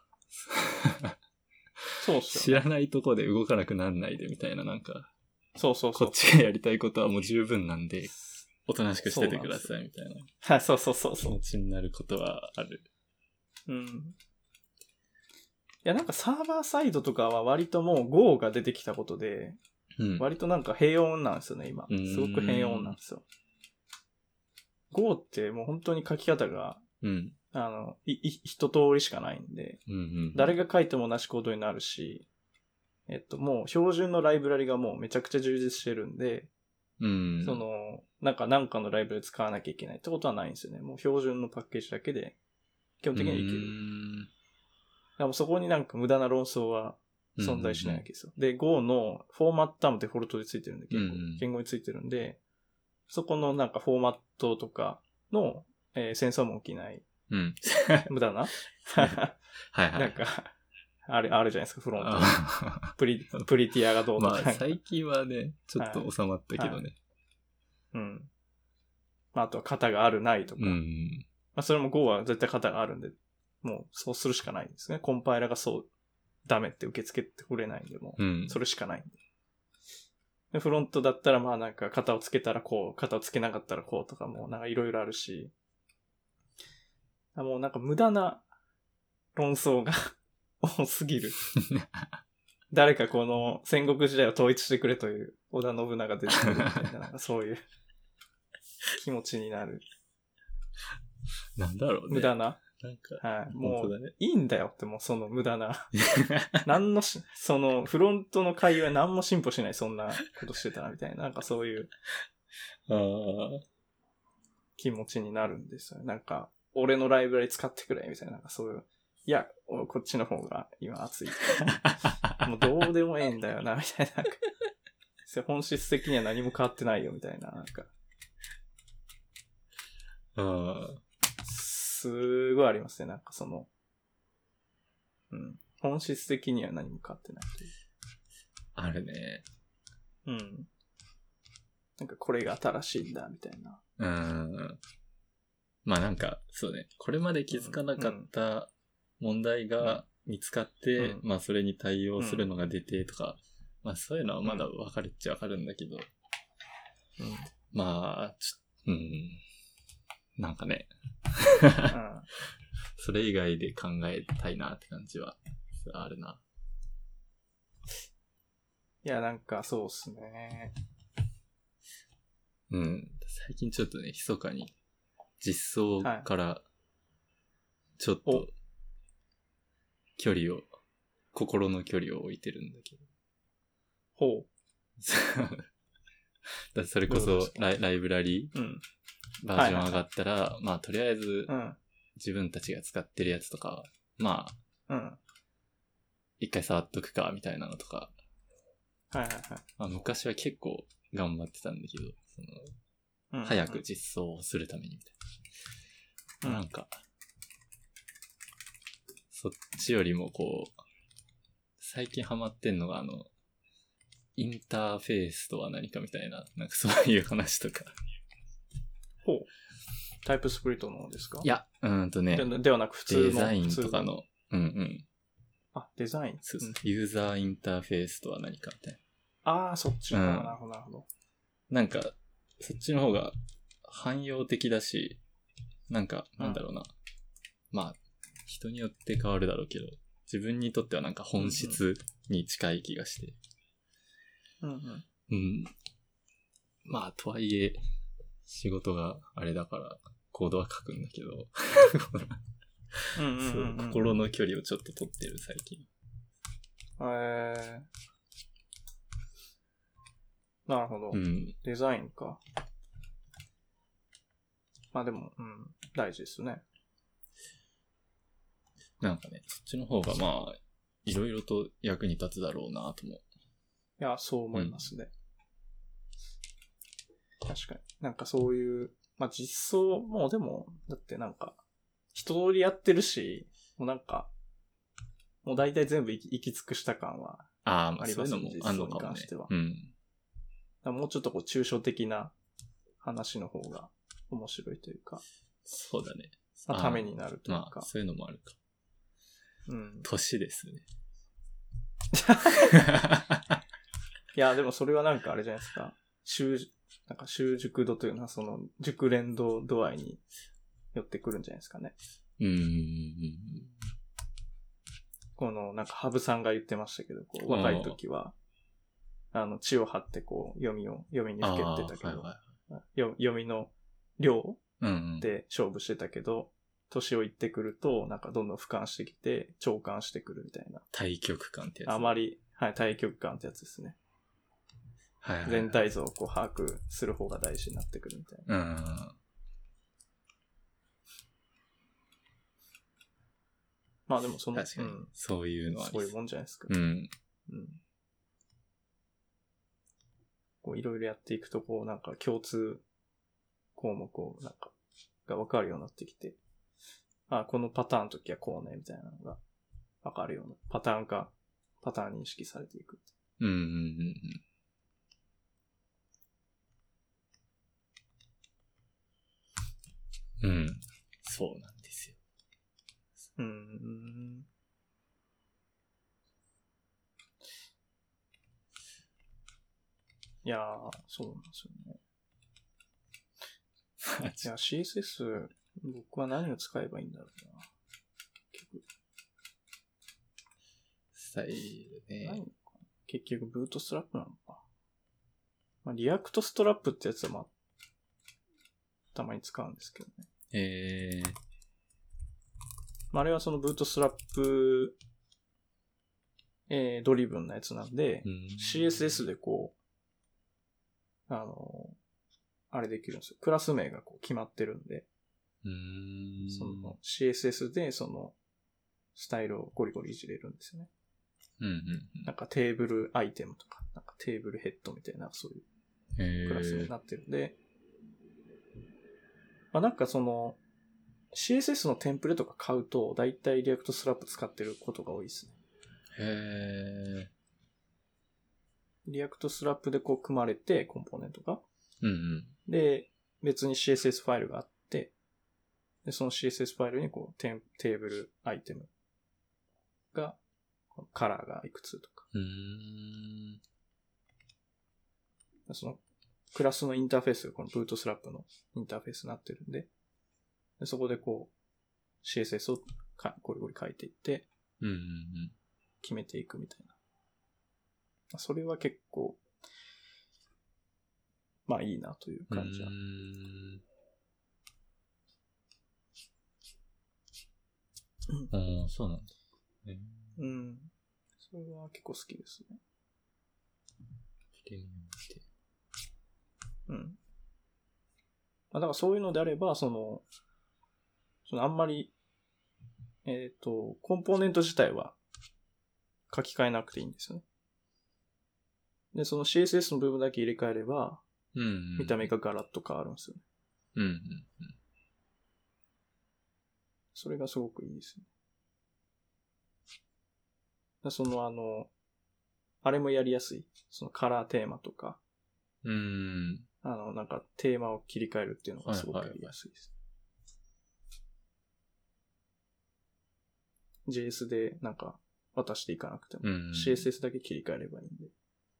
S1: そうっすよ、ね。
S2: 知らないとこで動かなくなんないで、みたいな、なんか、
S1: そうそうそう。
S2: こっちがやりたいことはもう十分なんで、おとなしくしててください、みたいな。
S1: はい、そうそうそうそう。
S2: 気持ちになることはある。
S1: うん。いや、なんかサーバーサイドとかは割ともう Go が出てきたことで、うん、割となんか平穏なんですよね、今。すごく平穏なんですよ。Go ってもう本当に書き方が、
S2: うん、
S1: あの、い、い、一通りしかないんで、
S2: うんうん、
S1: 誰が書いても同じコードになるし、えっと、もう標準のライブラリがもうめちゃくちゃ充実してるんで、
S2: うん、
S1: その、なんか何かのライブラリ使わなきゃいけないってことはないんですよね。もう標準のパッケージだけで、基本的にはいける。でもそこになんか無駄な論争は存在しないわけですよ。うんうんうん、で、Go のフォーマットもデフォルトでついてるんで、結構、うんうん、言語についてるんで、そこのなんかフォーマットとかの、えー、戦争も起きない。
S2: うん、
S1: 無駄な
S2: はいはい。
S1: なんか、あれ、あるじゃないですか、フロント。プリ、プリティアがどうとか。
S2: まあ、最近はね、ちょっと収まったけどね。はいはい、
S1: うん。まあ、あとは型があるないとか。うん、まあ、それも Go は絶対型があるんで、もうそうするしかないんですね。コンパイラがそう、ダメって受け付けてくれないんで、もう、それしかないんで。でフロントだったら、まあなんか型をつけたらこう、型をつけなかったらこうとかも、なんかいろいろあるし、もうなんか無駄な論争が多すぎる。誰かこの戦国時代を統一してくれという織田信長出てくるみたいな、なんかそういう気持ちになる。
S2: なんだろうね。
S1: 無駄な。
S2: なんか、
S1: はい、もう、ね、いいんだよってもうその無駄な。何のし、そのフロントの会話何も進歩しない、そんなことしてたなみたいな、なんかそういう気持ちになるんですよ。なんか、俺のライブラリ使ってくれみたいな、なんかそういう。いや、こっちの方が今熱い。もうどうでもええんだよな、みたいな。本質的には何も変わってないよ、みたいな。なんか。
S2: あ
S1: すごいありますね、なんかその。うん。本質的には何も変わってないという。
S2: あるね。
S1: うん。なんかこれが新しいんだ、みたいな。
S2: うん。まあなんか、そうね。これまで気づかなかった問題が見つかって、うん、まあそれに対応するのが出てとか、うん、まあそういうのはまだ分かるっちゃ分かるんだけど、うん、まあ、ちょ、うん。なんかね、うん、それ以外で考えたいなって感じはあるな。
S1: いや、なんかそうっすね。
S2: うん。最近ちょっとね、密かに実装からちょっと距離を、心の距離を置いてるんだけど。
S1: ほう。
S2: だそれこそライ、ライブラリー、うんバージョン上がったら、はいはいはい、まあとりあえず、うん、自分たちが使ってるやつとか、まあ、うん、一回触っとくか、みたいなのとか、
S1: はいはいはい。
S2: まあ、昔は結構頑張ってたんだけど、その、うんうん、早く実装をするためにみたいな。うん、なんか、そっちよりもこう、最近ハマってんのがあの、インターフェースとは何かみたいな、なんかそういう話とか。
S1: ほう。タイプスクリプトのですか？
S2: いや、うーんとね。
S1: で、ではなく普通の。
S2: デザインとかの。うんうん。
S1: あ、デザイン、
S2: そうそう、うん、ユーザーインターフェースとは何かみたい
S1: な。ああ、そっちか、うん。なるほど、なるほど。
S2: なんか、そっちの方が汎用的だし、なんか、なんだろうな。うん、まあ、人によって変わるだろうけど、自分にとってはなんか本質に近い気がして。
S1: うんうん。
S2: うん。まあ、とはいえ、仕事があれだからコードは書くんだけど
S1: うんうんうん、うん、
S2: そう心の距離をちょっと取ってる最近。
S1: えー、なるほど、
S2: うん。
S1: デザインか。まあでも、うん、大事ですね。
S2: なんかね、そっちの方がまあ、いろいろと役に立つだろうなと思う。
S1: いや、そう思いますね。うん、確かに。なんかそういう、まあ実装もでも、だってなんか、一通りやってるし、もうなんか、もう大体全部行き、行き尽くした感は
S2: ああ、まあ
S1: ありますね、
S2: そういうのもあんのかもね。
S1: は。
S2: うん。
S1: もうちょっとこう抽象的な話の方が面白いというか。
S2: そうだね。
S1: まあ、ためになるというか。
S2: まあ、そういうのもあるか。
S1: うん。
S2: 年ですね。
S1: いや、でもそれはなんかあれじゃないですか。習、なんか習熟度というのはその熟練度度合いによってくるんじゃないですかね。
S2: うーん。
S1: この、なんかハブさんが言ってましたけど、こう若い時は、あの、血を張ってこう、読みを、読みにふけてたけど、はいはい、読みの量で勝負してたけど、年をいってくると、なんかどんどん俯瞰してきて、長官してくるみたいな。
S2: 対極感ってやつ。
S1: あまり、はい、対極感ってやつですね。はいはいはい、全体像をこう把握する方が大事になってくるみたいな。うん。まあでもその、
S2: 確かに、うん、そういうのは
S1: そういうもんじゃないですか。
S2: うん。
S1: うん。こういろいろやっていくと、こうなんか共通項目をなんか、が分かるようになってきて、あ、このパターンの時はこうね、みたいなのが分かるような、パターンか、パターン認識されていく。
S2: うんうんうんうん。うん。そうなんですよ。
S1: うーん。いやー、そうなんですよね。いや、シーエスエス、僕は何を使えばいいんだろうな。結局。
S2: スタイルね。
S1: 結局、ブートストラップなのか。まあ、リアクトストラップってやつは、まあ、たまに使うんですけどね。
S2: へー。
S1: まあ、あれはそのブートストラップ、えー、ドリブンなやつなんで、うん、シーエスエス でこう、あの、あれできるんですよ。クラス名がこう決まってるんで、
S2: うーん
S1: その シーエスエス でそのスタイルをゴリゴリいじれるんですよね。
S2: うんうんうん、
S1: なんかテーブルアイテムとか、なんかテーブルヘッドみたいなそういうクラスになってるんで、まあ、なんかその シーエスエス のテンプレとか買うとだいたいリアクトストラップ使ってることが多いですね。
S2: へ
S1: ー。リアクトストラップでこう組まれてコンポーネントが、
S2: うんうん、
S1: で別に シーエスエス ファイルがあって、でその シーエスエス ファイルにこうテーブルアイテムがカラーがいくつとか、
S2: うーん、
S1: そのクラスのインターフェースがこのブートストラップのインターフェースになってるんで、でそこでこう シーエスエス をゴリゴリ書いていって、
S2: うんうんうん、
S1: 決めていくみたいな。それは結構、まあいいなという感じは。うーん、
S2: ああ、そうなんだ。
S1: うん。それは結構好きですね。うん。まあ、だからそういうのであれば、その、そのあんまり、えっと、コンポーネント自体は書き換えなくていいんですよね。で、その シーエスエス の部分だけ入れ替えれば、
S2: うんうん、
S1: 見た目がガラッと変わるんですよね。
S2: うんうんうん、
S1: それがすごくいいですね。そのあの、あれもやりやすい。そのカラーテーマとか、
S2: うん、
S1: あの、なんかテーマを切り替えるっていうのがすごくやりやすいです。ジェイエス でなんか渡していかなくても、うん、シーエスエス だけ切り替えればいいんで。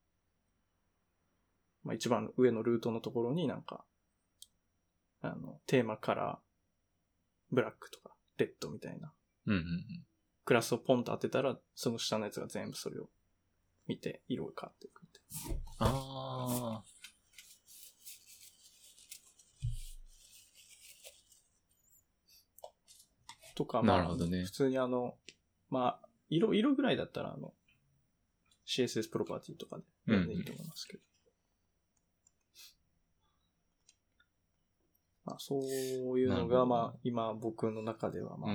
S1: まあ一番上のルートのところになんか、あの、テーマカラー、ブラックとか、レッドみたいな。
S2: うんうんうん、
S1: クラスをポンと当てたら、その下のやつが全部それを見て、色が変わっていくみたいな。
S2: ああ。
S1: とか、まあ、なるほどね、普通にあの、まあ、色、色ぐらいだったら、あの、 シーエスエス プロパティとかで読んでいいと思いますけど。うん、まあ、そういうのが、まあ、今僕の中では、まあ、うん、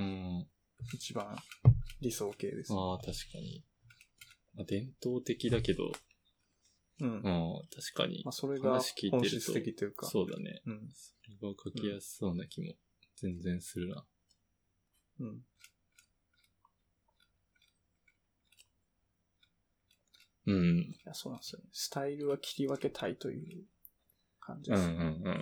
S1: 一番理想形です、
S2: ね。ああ、確かに。まあ、伝統的だけど、うん。ああ、確かに。
S1: まあ、それが本質的というか。
S2: そうだね。うん。それが書きやすそうな気も全然するな。うん。うん。
S1: いや、そうなんですよね。スタイルは切り分けたいという感じですね。うんうんうんうんうん。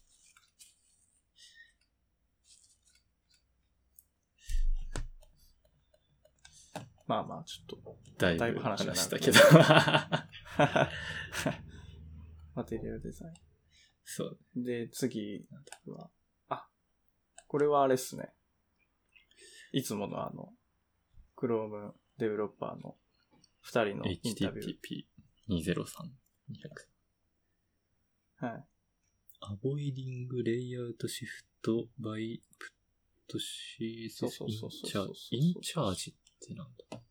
S1: まあまあ、ちょっと、
S2: だいぶ、だいぶ話したけど。
S1: マテリアルデザイン。
S2: そう。
S1: で、次は、あ、これはあれっすね。いつものあの、Chrome デベロッパーの二人のインタビュー。エイチティーティーピ
S2: ーにせろさんにひゃく。
S1: はい。
S2: アボイディングレイアウトシフトバイプットシーエスエスインチャージ。インチャージってなんだ？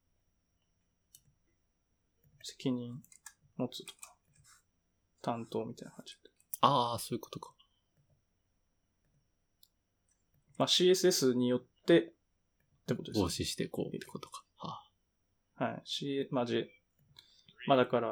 S1: 責任持つとか、担当みたいな感じで。
S2: ああ、そういうことか。
S1: まあ シーエスエス によってってことですね。
S2: 防止していこうってことか。
S1: はあ、はい。C、まあ、J、まあだから、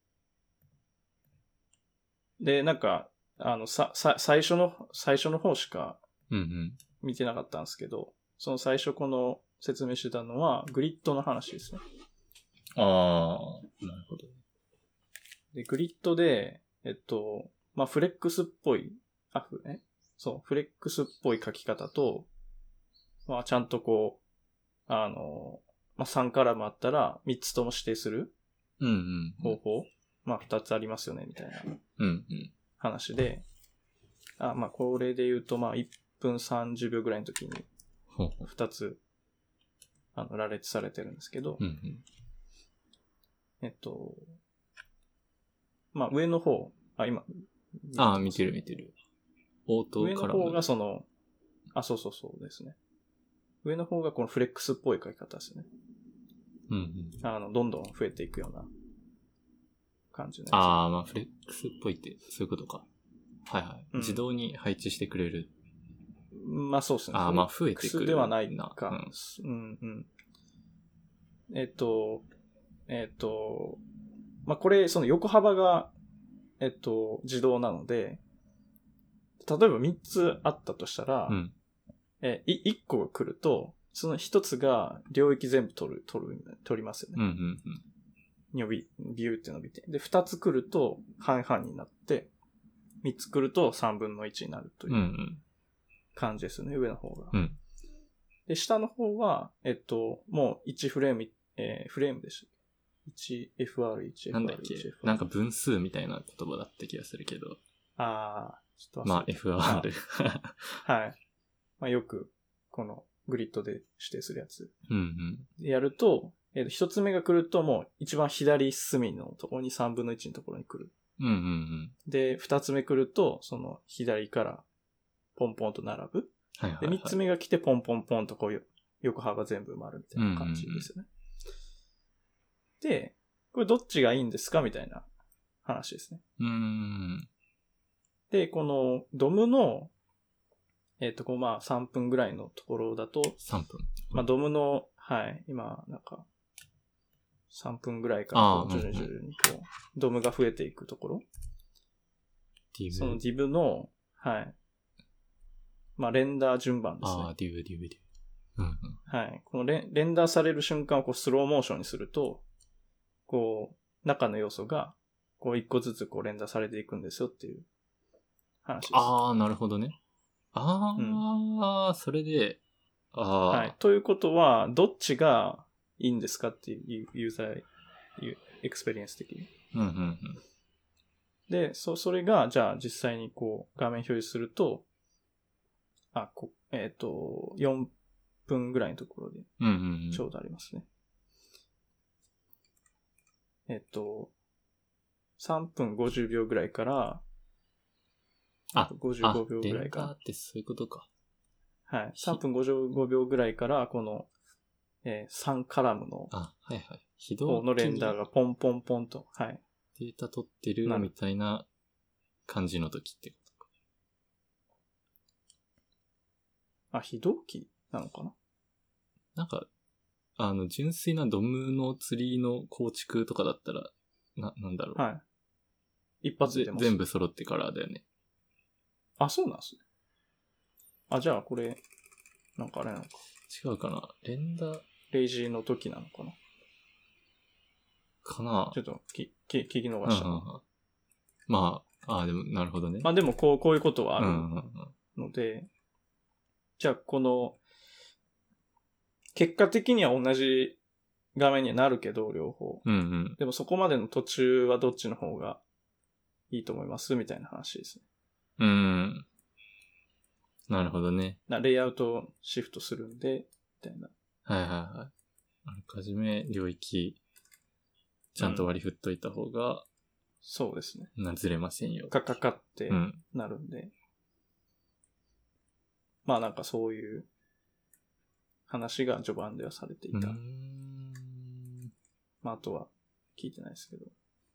S1: で、なんか、あの、さ、さ、最初の、最初の方しか見てなかったんですけど、うんうん、その最初この説明してたのは、グリッドの話ですね。
S2: ああ、なるほど。
S1: で、グリッドで、えっと、まあ、フレックスっぽい、あ、ふね。そう、フレックスっぽい書き方と、まあ、ちゃんとこう、あの、まあ、さんカラムあったらみっつとも指定する方法、うんうん、まあ、ふたつありますよね、みたいな話で、うんうん、あ、まあ、これで言うと、まあ、いっぷんさんじゅうびょうぐらいの時にふたつ、あの、羅列されてるんですけど、うんうん、えっと、まあ、上の方、あ、今、
S2: ああ、見てる見てる。オート
S1: 上の方がその、あ、そうそうそうですね。上の方がこのフレックスっぽい書き方ですね。うんうん。あの、どんどん増えていくような感じのやつ。
S2: ああ、まあフレックスっぽいってそういうことか。はいはい。うん、自動に配置してくれる。
S1: まあそうですね。
S2: ああ、まあ増えてくる。
S1: ではないか。うん、うんうんえっと、えっと、まあこれ、その横幅が、えっと、自動なので、例えばみっつあったとしたら、うん、え、い、いっこが来ると、そのひとつが領域全部取る、取る、取りますよね。うんうんうん。伸び、ビューって伸びて。で、ふたつ来ると半々になって、みっつ来るとさんぶんのいちになるという感じですよね、上の方が。うん、で、下の方は、えっと、もういちフレーム、えー、フレームでした。いちエフアール、いちエフアール、
S2: なんだっけ、なんか分数みたいな言葉だった気がするけど。
S1: ああ、
S2: ちょっとまあ エフアール。
S1: はい。まあよく、このグリッドで指定するやつ。
S2: うんうん。
S1: やると、えっと、一つ目が来るともう一番左隅のところにさんぶんのいちのところに来る。
S2: うんうんうん。
S1: で、二つ目来ると、その左からポンポンと並ぶ。はいはいはい、で、三つ目が来てポンポンポンとこう横幅全部埋まるみたいな感じですよね。うんうんうん、で、これどっちがいいんですかみたいな話ですね。
S2: うーん。
S1: で、このドムの、えっと、こうまあさんぷんぐらいのところだと、
S2: さんぷん。
S1: まあドムの、はい、今、なんか、さんぷんぐらいから徐々に徐々にこう、ドムが増えていくところ。
S2: ディブ。
S1: そのディブの、はい。まあレンダー順番ですね。
S2: ああ、ディブ、ディブ、ディブ。うんうん。
S1: はい。このレンレンダーされる瞬間をこうスローモーションにすると、こう、中の要素が、こう一個ずつこうレンダーされていくんですよっていう話です。
S2: ああ、なるほどね。ああ、うん、それで、ああ。
S1: はい。ということは、どっちがいいんですかっていうユーザー、エクスペリエンス的に。
S2: うんうんうん。
S1: で、そ、それが、じゃあ実際にこう画面表示すると、あ、こえっと、よんぷんぐらいのところで、ちょうどありますね。えっと、さんぷんごじゅうびょうぐらいから、
S2: あ、
S1: ごじゅうごびょうぐらいから。
S2: レンダーってそういうことか。
S1: はい。さんぷんごじゅうごびょうぐらいから、この、えー、さんカラムの、
S2: あ、はいはい。 非同期
S1: のレンダーがポンポンポンと、はい。
S2: データ取ってるみたいな感じの時ってことか。
S1: あ、非同期なのかな？
S2: なんか、あの、純粋なドムのツリーの構築とかだったら、な、なんだろう。
S1: はい。一発で出ます。
S2: 全部揃ってからだよね。
S1: あ、そうなんですね。あ、じゃあこれ、なんかあれなのか。
S2: 違うかな。レンダー。
S1: レイジーの時なのかな。
S2: かな。
S1: ちょっときき聞き逃した、
S2: うんうんうん。まあ、あでも、なるほどね。
S1: まあでもこう、こういうことはある
S2: うんうんうん
S1: ので、じゃあこの、結果的には同じ画面にはなるけど、両方。
S2: うんうん。
S1: でもそこまでの途中はどっちの方がいいと思いますみたいな話ですね。
S2: うん。なるほどね。
S1: なレイアウトをシフトするんで、みたいな。
S2: はいはいはい。あらかじめ領域、ちゃんと割り振っといた方が、うん、
S1: そうですね。
S2: なずれませんよ。
S1: かかかってなるんで。うん、まあなんかそういう話が序盤ではされていた。うーんまああとは聞いてないですけど。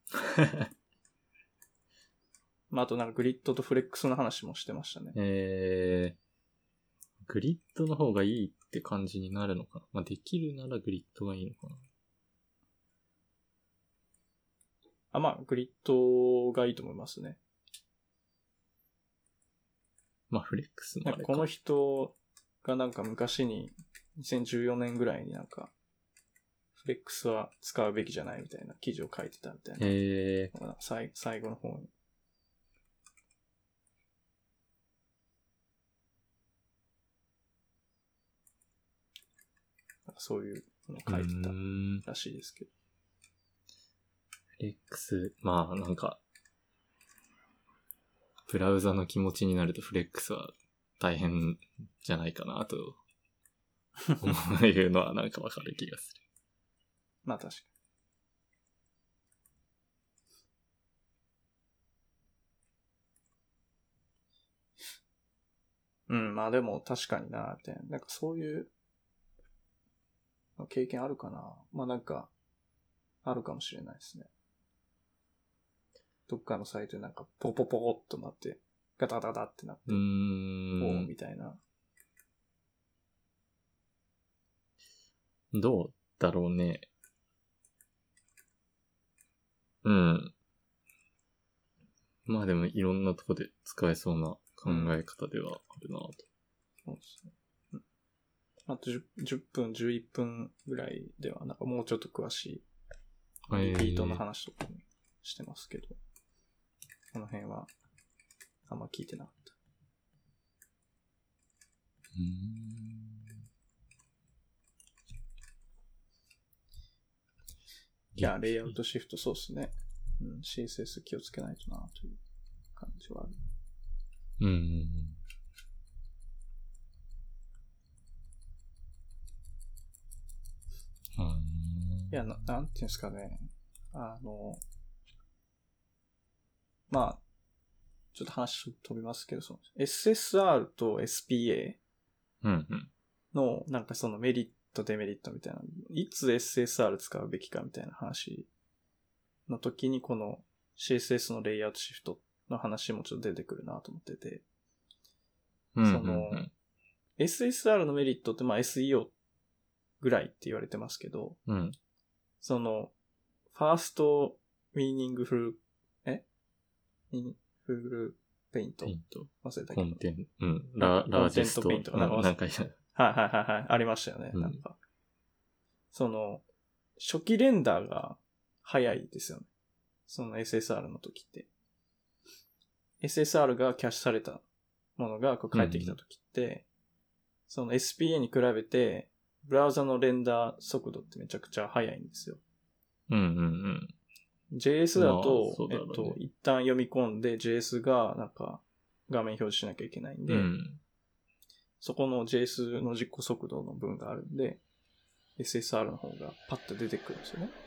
S1: まああとなんかグリッドとフレックスの話もしてましたね。
S2: えー、グリッドの方がいいって感じになるのかな。まあできるならグリッドがいいのかな。
S1: あ、まあグリッドがいいと思いますね。
S2: まあフレックスもあれか。
S1: この人がなんか昔ににせんじゅうよねんぐらいになんかフレックスは使うべきじゃないみたいな記事を書いてたみたいな。
S2: へー。
S1: 最、最後の方に。そういうのを書いてたらしいですけど。
S2: フレックス、まあなんか、ブラウザの気持ちになるとフレックスは大変じゃないかなと思うのはなんかわかる気がする。
S1: まあ確かに。うん、まあでも確かにな、みたいな。なんかそういう経験あるかな。まあなんか、あるかもしれないですね。どっかのサイトでなんかポポポコっとなって、ガタガタってなって、
S2: うーん
S1: おーみたいな。
S2: どうだろうね。うん。まあでもいろんなとこで使えそうな考え方ではあるなと。
S1: そうですね。うん、あと 10, じゅっぷん、じゅういっぷんぐらいではなんかもうちょっと詳しいリピートの話とかもしてますけど、この辺はあんま聞いてなかった。
S2: うーん。
S1: いや、レイアウトシフトそうですね。うん、シーエスエス 気をつけないとなという感じはある。
S2: うんうんうん。
S1: いやな、なんていうんですかね。あの、まあ、ちょっと話飛びますけど、その エスエスアール と エスピーエー のなんかそのメリット、デメリットみたいな、いつ エスエスアール 使うべきかみたいな話の時にこの シーエスエス のレイアウトシフトの話もちょっと出てくるなと思ってて、
S2: うんうんうん、
S1: その エスエスアール のメリットってまあ エスイーオー ぐらいって言われてますけど、
S2: うん、
S1: そのファーストミーニングフルえミーニングフルペイント
S2: ペイント
S1: 忘れたけど。
S2: コンテント、うん。ラ、ラージェスト。
S1: コンテントペイントかなんか忘れた。
S2: なんかいや
S1: はいはいはいはい。ありましたよね。うん、なんか。その、初期レンダーが早いですよね。その エスエスアール の時って。エスエスアール がキャッシュされたものがこう返ってきた時って、うん、その エスピーエー に比べて、ブラウザのレンダー速度ってめちゃくちゃ速いんですよ。
S2: うんうんうん。
S1: ジェイエス だと、
S2: まあね、
S1: えっと、一旦読み込んで ジェイエス がなんか画面表示しなきゃいけないんで、うん、そこの ジェイエス の実行速度の分があるんで、エスエスアール の方がパッと出てくるんですよね。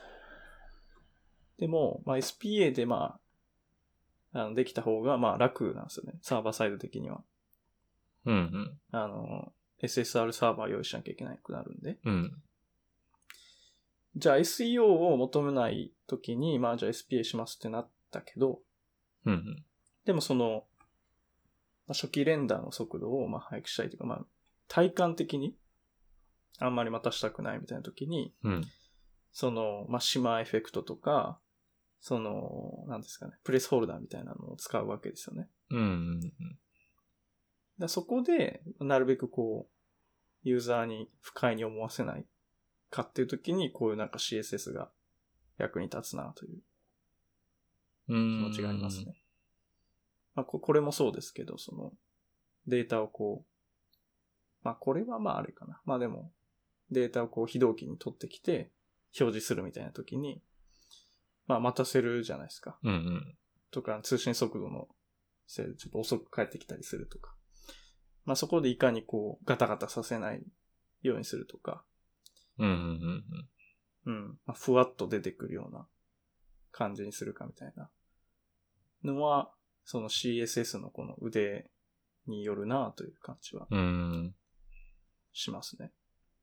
S1: でも、まあ、エスピーエー でまあ、あのできた方がまあ楽なんですよね。サーバーサイド的には。
S2: うんうん。
S1: あの、エスエスアール サーバー用意しなきゃいけなくなるんで。
S2: うん。
S1: じゃあ エスイーオー を求めないときに、まあじゃあ エスピーエー しますってなったけど、
S2: うんうん、
S1: でもその、まあ、初期レンダーの速度をまあ早くしたいというか、まあ体感的にあんまり待たしたくないみたいなときに、
S2: うん、
S1: その、まあシマーエフェクトとか、その、なんですかね、プレスホルダーみたいなのを使うわけですよね。
S2: うんうんうん、
S1: だそこで、なるべくこう、ユーザーに不快に思わせないかっていうときに、こういうなんか シーエスエス が役に立つなという気持ちがありますね。まあ、これもそうですけど、その、データをこう、まあ、これはまああれかな。まあでも、データをこう、非同期に取ってきて、表示するみたいなときに、まあ、待たせるじゃないですか。
S2: うんうん、
S1: とか、通信速度のせいでちょっと遅く帰ってきたりするとか。まあ、そこでいかにこう、ガタガタさせないようにするとか。
S2: うんうんうん、
S1: うん。まあ、ふわっと出てくるような感じにするかみたいなのは、その シーエスエス のこの腕によるなという感じはしますね。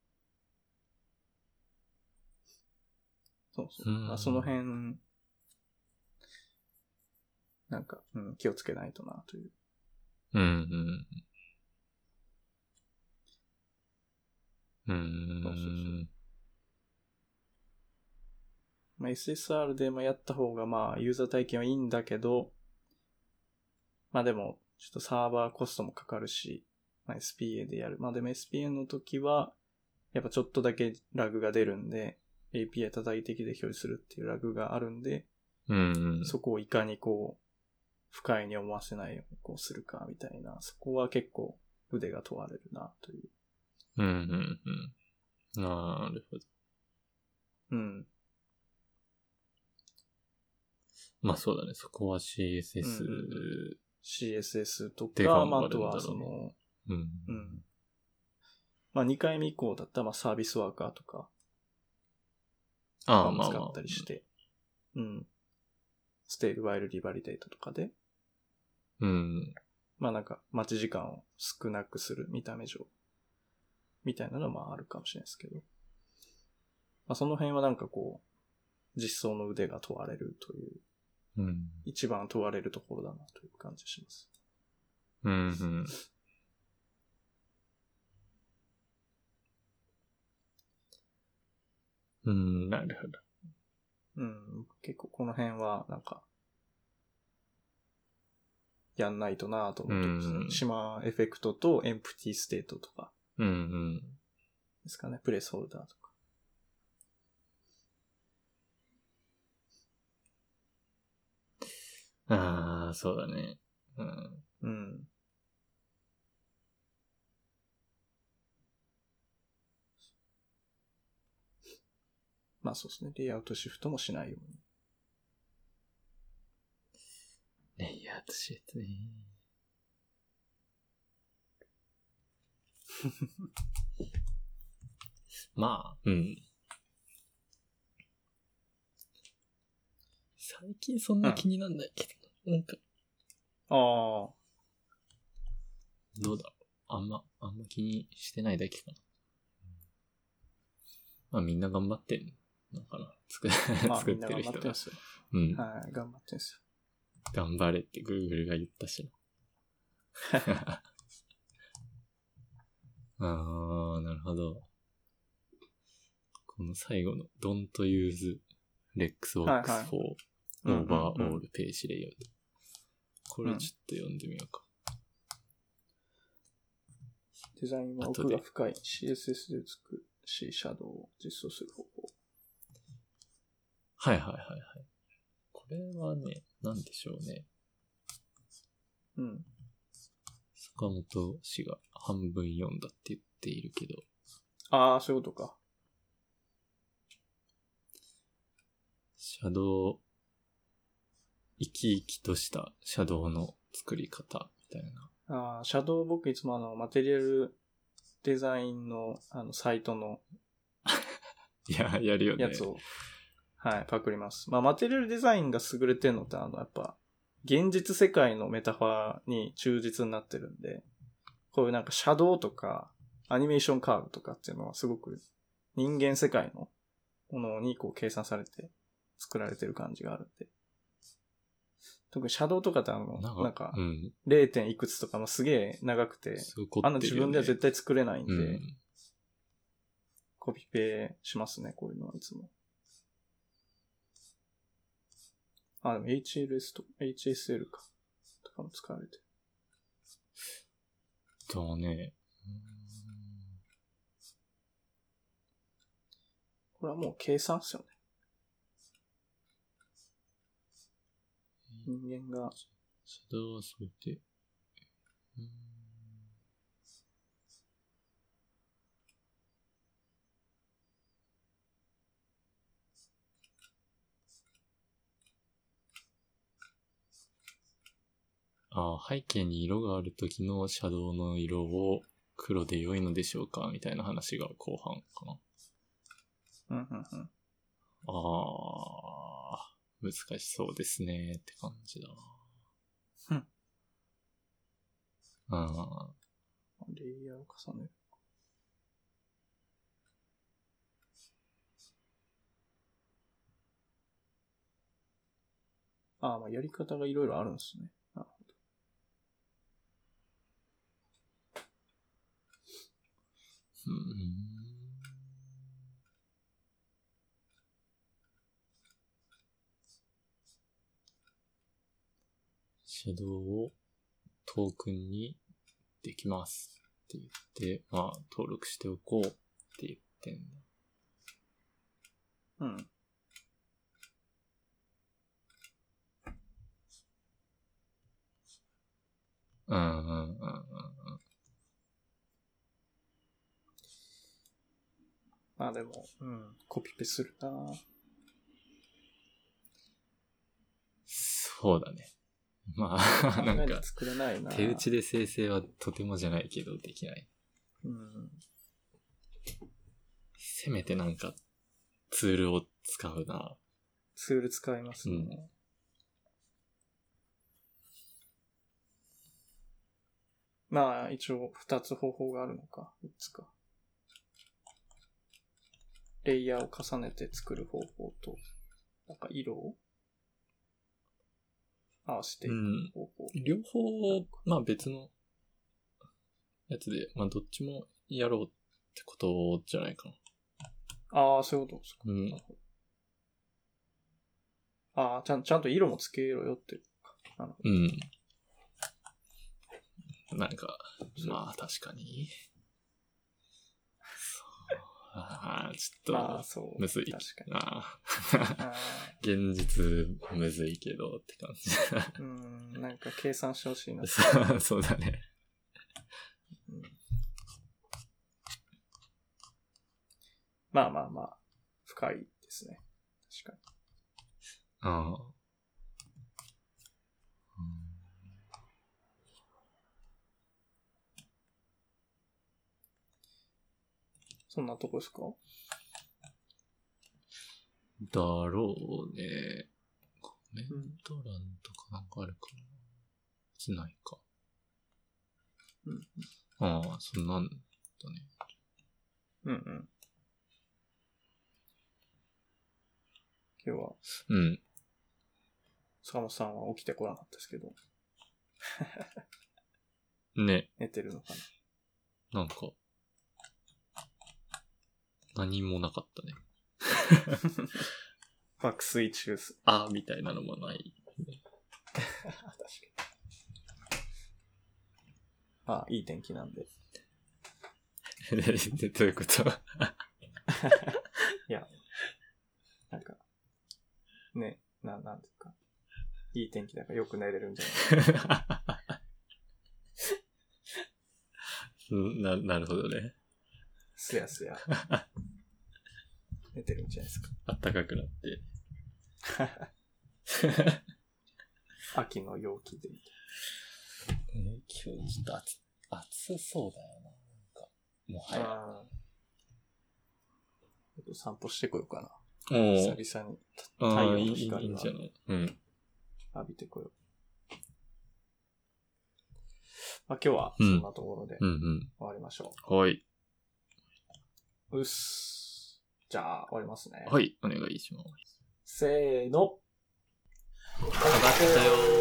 S1: そうそう。まあ、その辺、なんか、うん、気をつけないとなという。
S2: うんうんうん。そうそうそう。
S1: まあ、エスエスアール でもやった方がまあユーザー体験はいいんだけど、まあでもちょっとサーバーコストもかかるし、まあ、エスピーエー でやる。まあでも エスピーエー の時はやっぱちょっとだけラグが出るんで、エーピーアイ 叩いてきて表示するっていうラグがあるんで、
S2: うんうん、
S1: そこをいかにこう不快に思わせないようにこうするかみたいな、そこは結構腕が問われるなという。
S2: うんうんうん。なるほど。
S1: うん。
S2: まあそうだね。そこは シーエスエス、うんうん、
S1: シーエスエス とか、まああとはその、
S2: うん。
S1: うん。まあにかいめ以降だったらまあサービスワーカーとか、
S2: ああ、
S1: まあ使ったりして、まあまあ、うん。ステイルワイルリバリデートとかで、
S2: うん。
S1: まあなんか待ち時間を少なくする見た目上、みたいなのはまああるかもしれないですけど、まあその辺はなんかこう、実装の腕が問われるという、
S2: うん、
S1: 一番問われるところだなという感じがします。
S2: うんうん。うん、なるほど。
S1: うん、結構この辺はなんか、やんないとなぁと思ってますね。シマエフェクトとエンプティステートとか。
S2: うんうん。
S1: ですかね。プレスホルダーとか。
S2: ああ、そうだね。うん。
S1: うん。まあそうですね。レイアウトシフトもしないように。
S2: レイアウトシフトね。まあ、うん。最近そんな気になんないけど、うん、なんか。
S1: ああ。
S2: どうだろう。あんま、あんま気にしてないだけかな。まあみんな頑張ってんのかな。作, 作ってる人が。
S1: うん。はい、頑張ってんすよ。
S2: 頑張れって Google が言ったしな。あー、なるほど。この最後の Don't use Rexbox for overall page layout。これちょっと読んでみようか。
S1: デザインは奥が深い シーエスエス で作る C シャドウを実装する方法。
S2: はいはいはいはい。これはね、なんでしょうね。
S1: うん。
S2: 坂本氏が半分読んだって言っているけど。
S1: ああ、そういうことか。
S2: シャドウ、生き生きとしたシャドウの作り方みたいな。
S1: ああ、シャドウ僕いつもあの、マテリアルデザインのあの、サイトの
S2: いや、やるよね。
S1: やつを、はい、パクります。まあ、マテリアルデザインが優れてるのって、あの、やっぱ、現実世界のメタファーに忠実になってるんで、こういうなんかシャドウとか、アニメーションカーブとかっていうのはすごく人間世界のものにこう計算されて作られてる感じがあるんで。特にシャドウとかってあの、なんか、
S2: うん、
S1: れいてんいくつとかもすげえ長くて、
S2: そういうこと
S1: あの自分では絶対作れないんで、
S2: うん、
S1: コピペしますね、こういうのはいつも。あ、でも エイチエルエス と エイチエスエル か。とかも使われてる。
S2: だね。
S1: これはもう計算っすよね。人間が。
S2: シャドウはそうやって。うーんああ、背景に色がある時のシャドウの色を黒で良いのでしょうかみたいな話が後半かな。
S1: うんうんうん。
S2: ああ、難しそうですねって感じだな。うん。あ
S1: あ。レイヤーを重ねる。ああ、まあやり方がいろいろあるんですね。なるほど。
S2: うん。シャドウをトークンにできますって言って、まあ登録しておこうって言ってんだ。
S1: うん。
S2: うんうんうんうんうん。
S1: まあでも、うん。コピペするな。
S2: そうだね。まあ、なんか、
S1: 作れないな。
S2: 手打ちで生成はとてもじゃないけどできない。
S1: うん。
S2: せめてなんか、ツールを使うな。
S1: ツール使いますね。うん、まあ、一応二つ方法があるのか、三つか。レイヤーを重ねて作る方法と、なんか色を合わせていく方法。
S2: うん、両方、まあ別のやつで、まあどっちもやろうってことじゃないかな。
S1: ああ、そういうことですか。
S2: うん。
S1: ああ、ちゃん、ちゃんと色もつけろよっていうか。なるほど。
S2: うん。なんか、まあ確かに。ああ、ちょっと、むずい。
S1: 確かに。
S2: ああ現実、むずいけどって感じ。
S1: うん、なんか計算してほしいな。
S2: そう、そうだね、
S1: うん。まあまあまあ、深いですね。確かに。
S2: ああ。
S1: そんなとこですか？
S2: だろうね。コメント欄とかなんかあるかな。しないか。
S1: うん。
S2: ああ、そんなんだね。
S1: うんうん。今日は。
S2: うん。
S1: 坂本さんは起きてこなかったですけど。
S2: ね。
S1: 寝てるのか
S2: な。なんか、何もなかったね。
S1: 爆睡中っす。
S2: あーみたいなのもない。
S1: 確かに。ああ、いい天気なんで。
S2: どういうこと
S1: いや、なんか、ね、な、なんていうか、いい天気だからよく寝れるんじゃ
S2: ないな、なるほどね。
S1: すやすや。寝てるんじゃないですか。
S2: あったかくなって。
S1: 秋の陽気で。
S2: えー、今日ちょっと暑、暑そうだよな。なんか、もはや。
S1: 散歩してこようかな。
S2: お
S1: 久々に太陽の光が
S2: いいんじゃない？うん。
S1: 浴びてこよう。まあ、今日はそんなところで終わりましょう。
S2: うんうんうん、はい。
S1: うっす。じゃあじゃあ、終わりますね。
S2: はい、お願いします。
S1: せーの。
S2: かかったよー。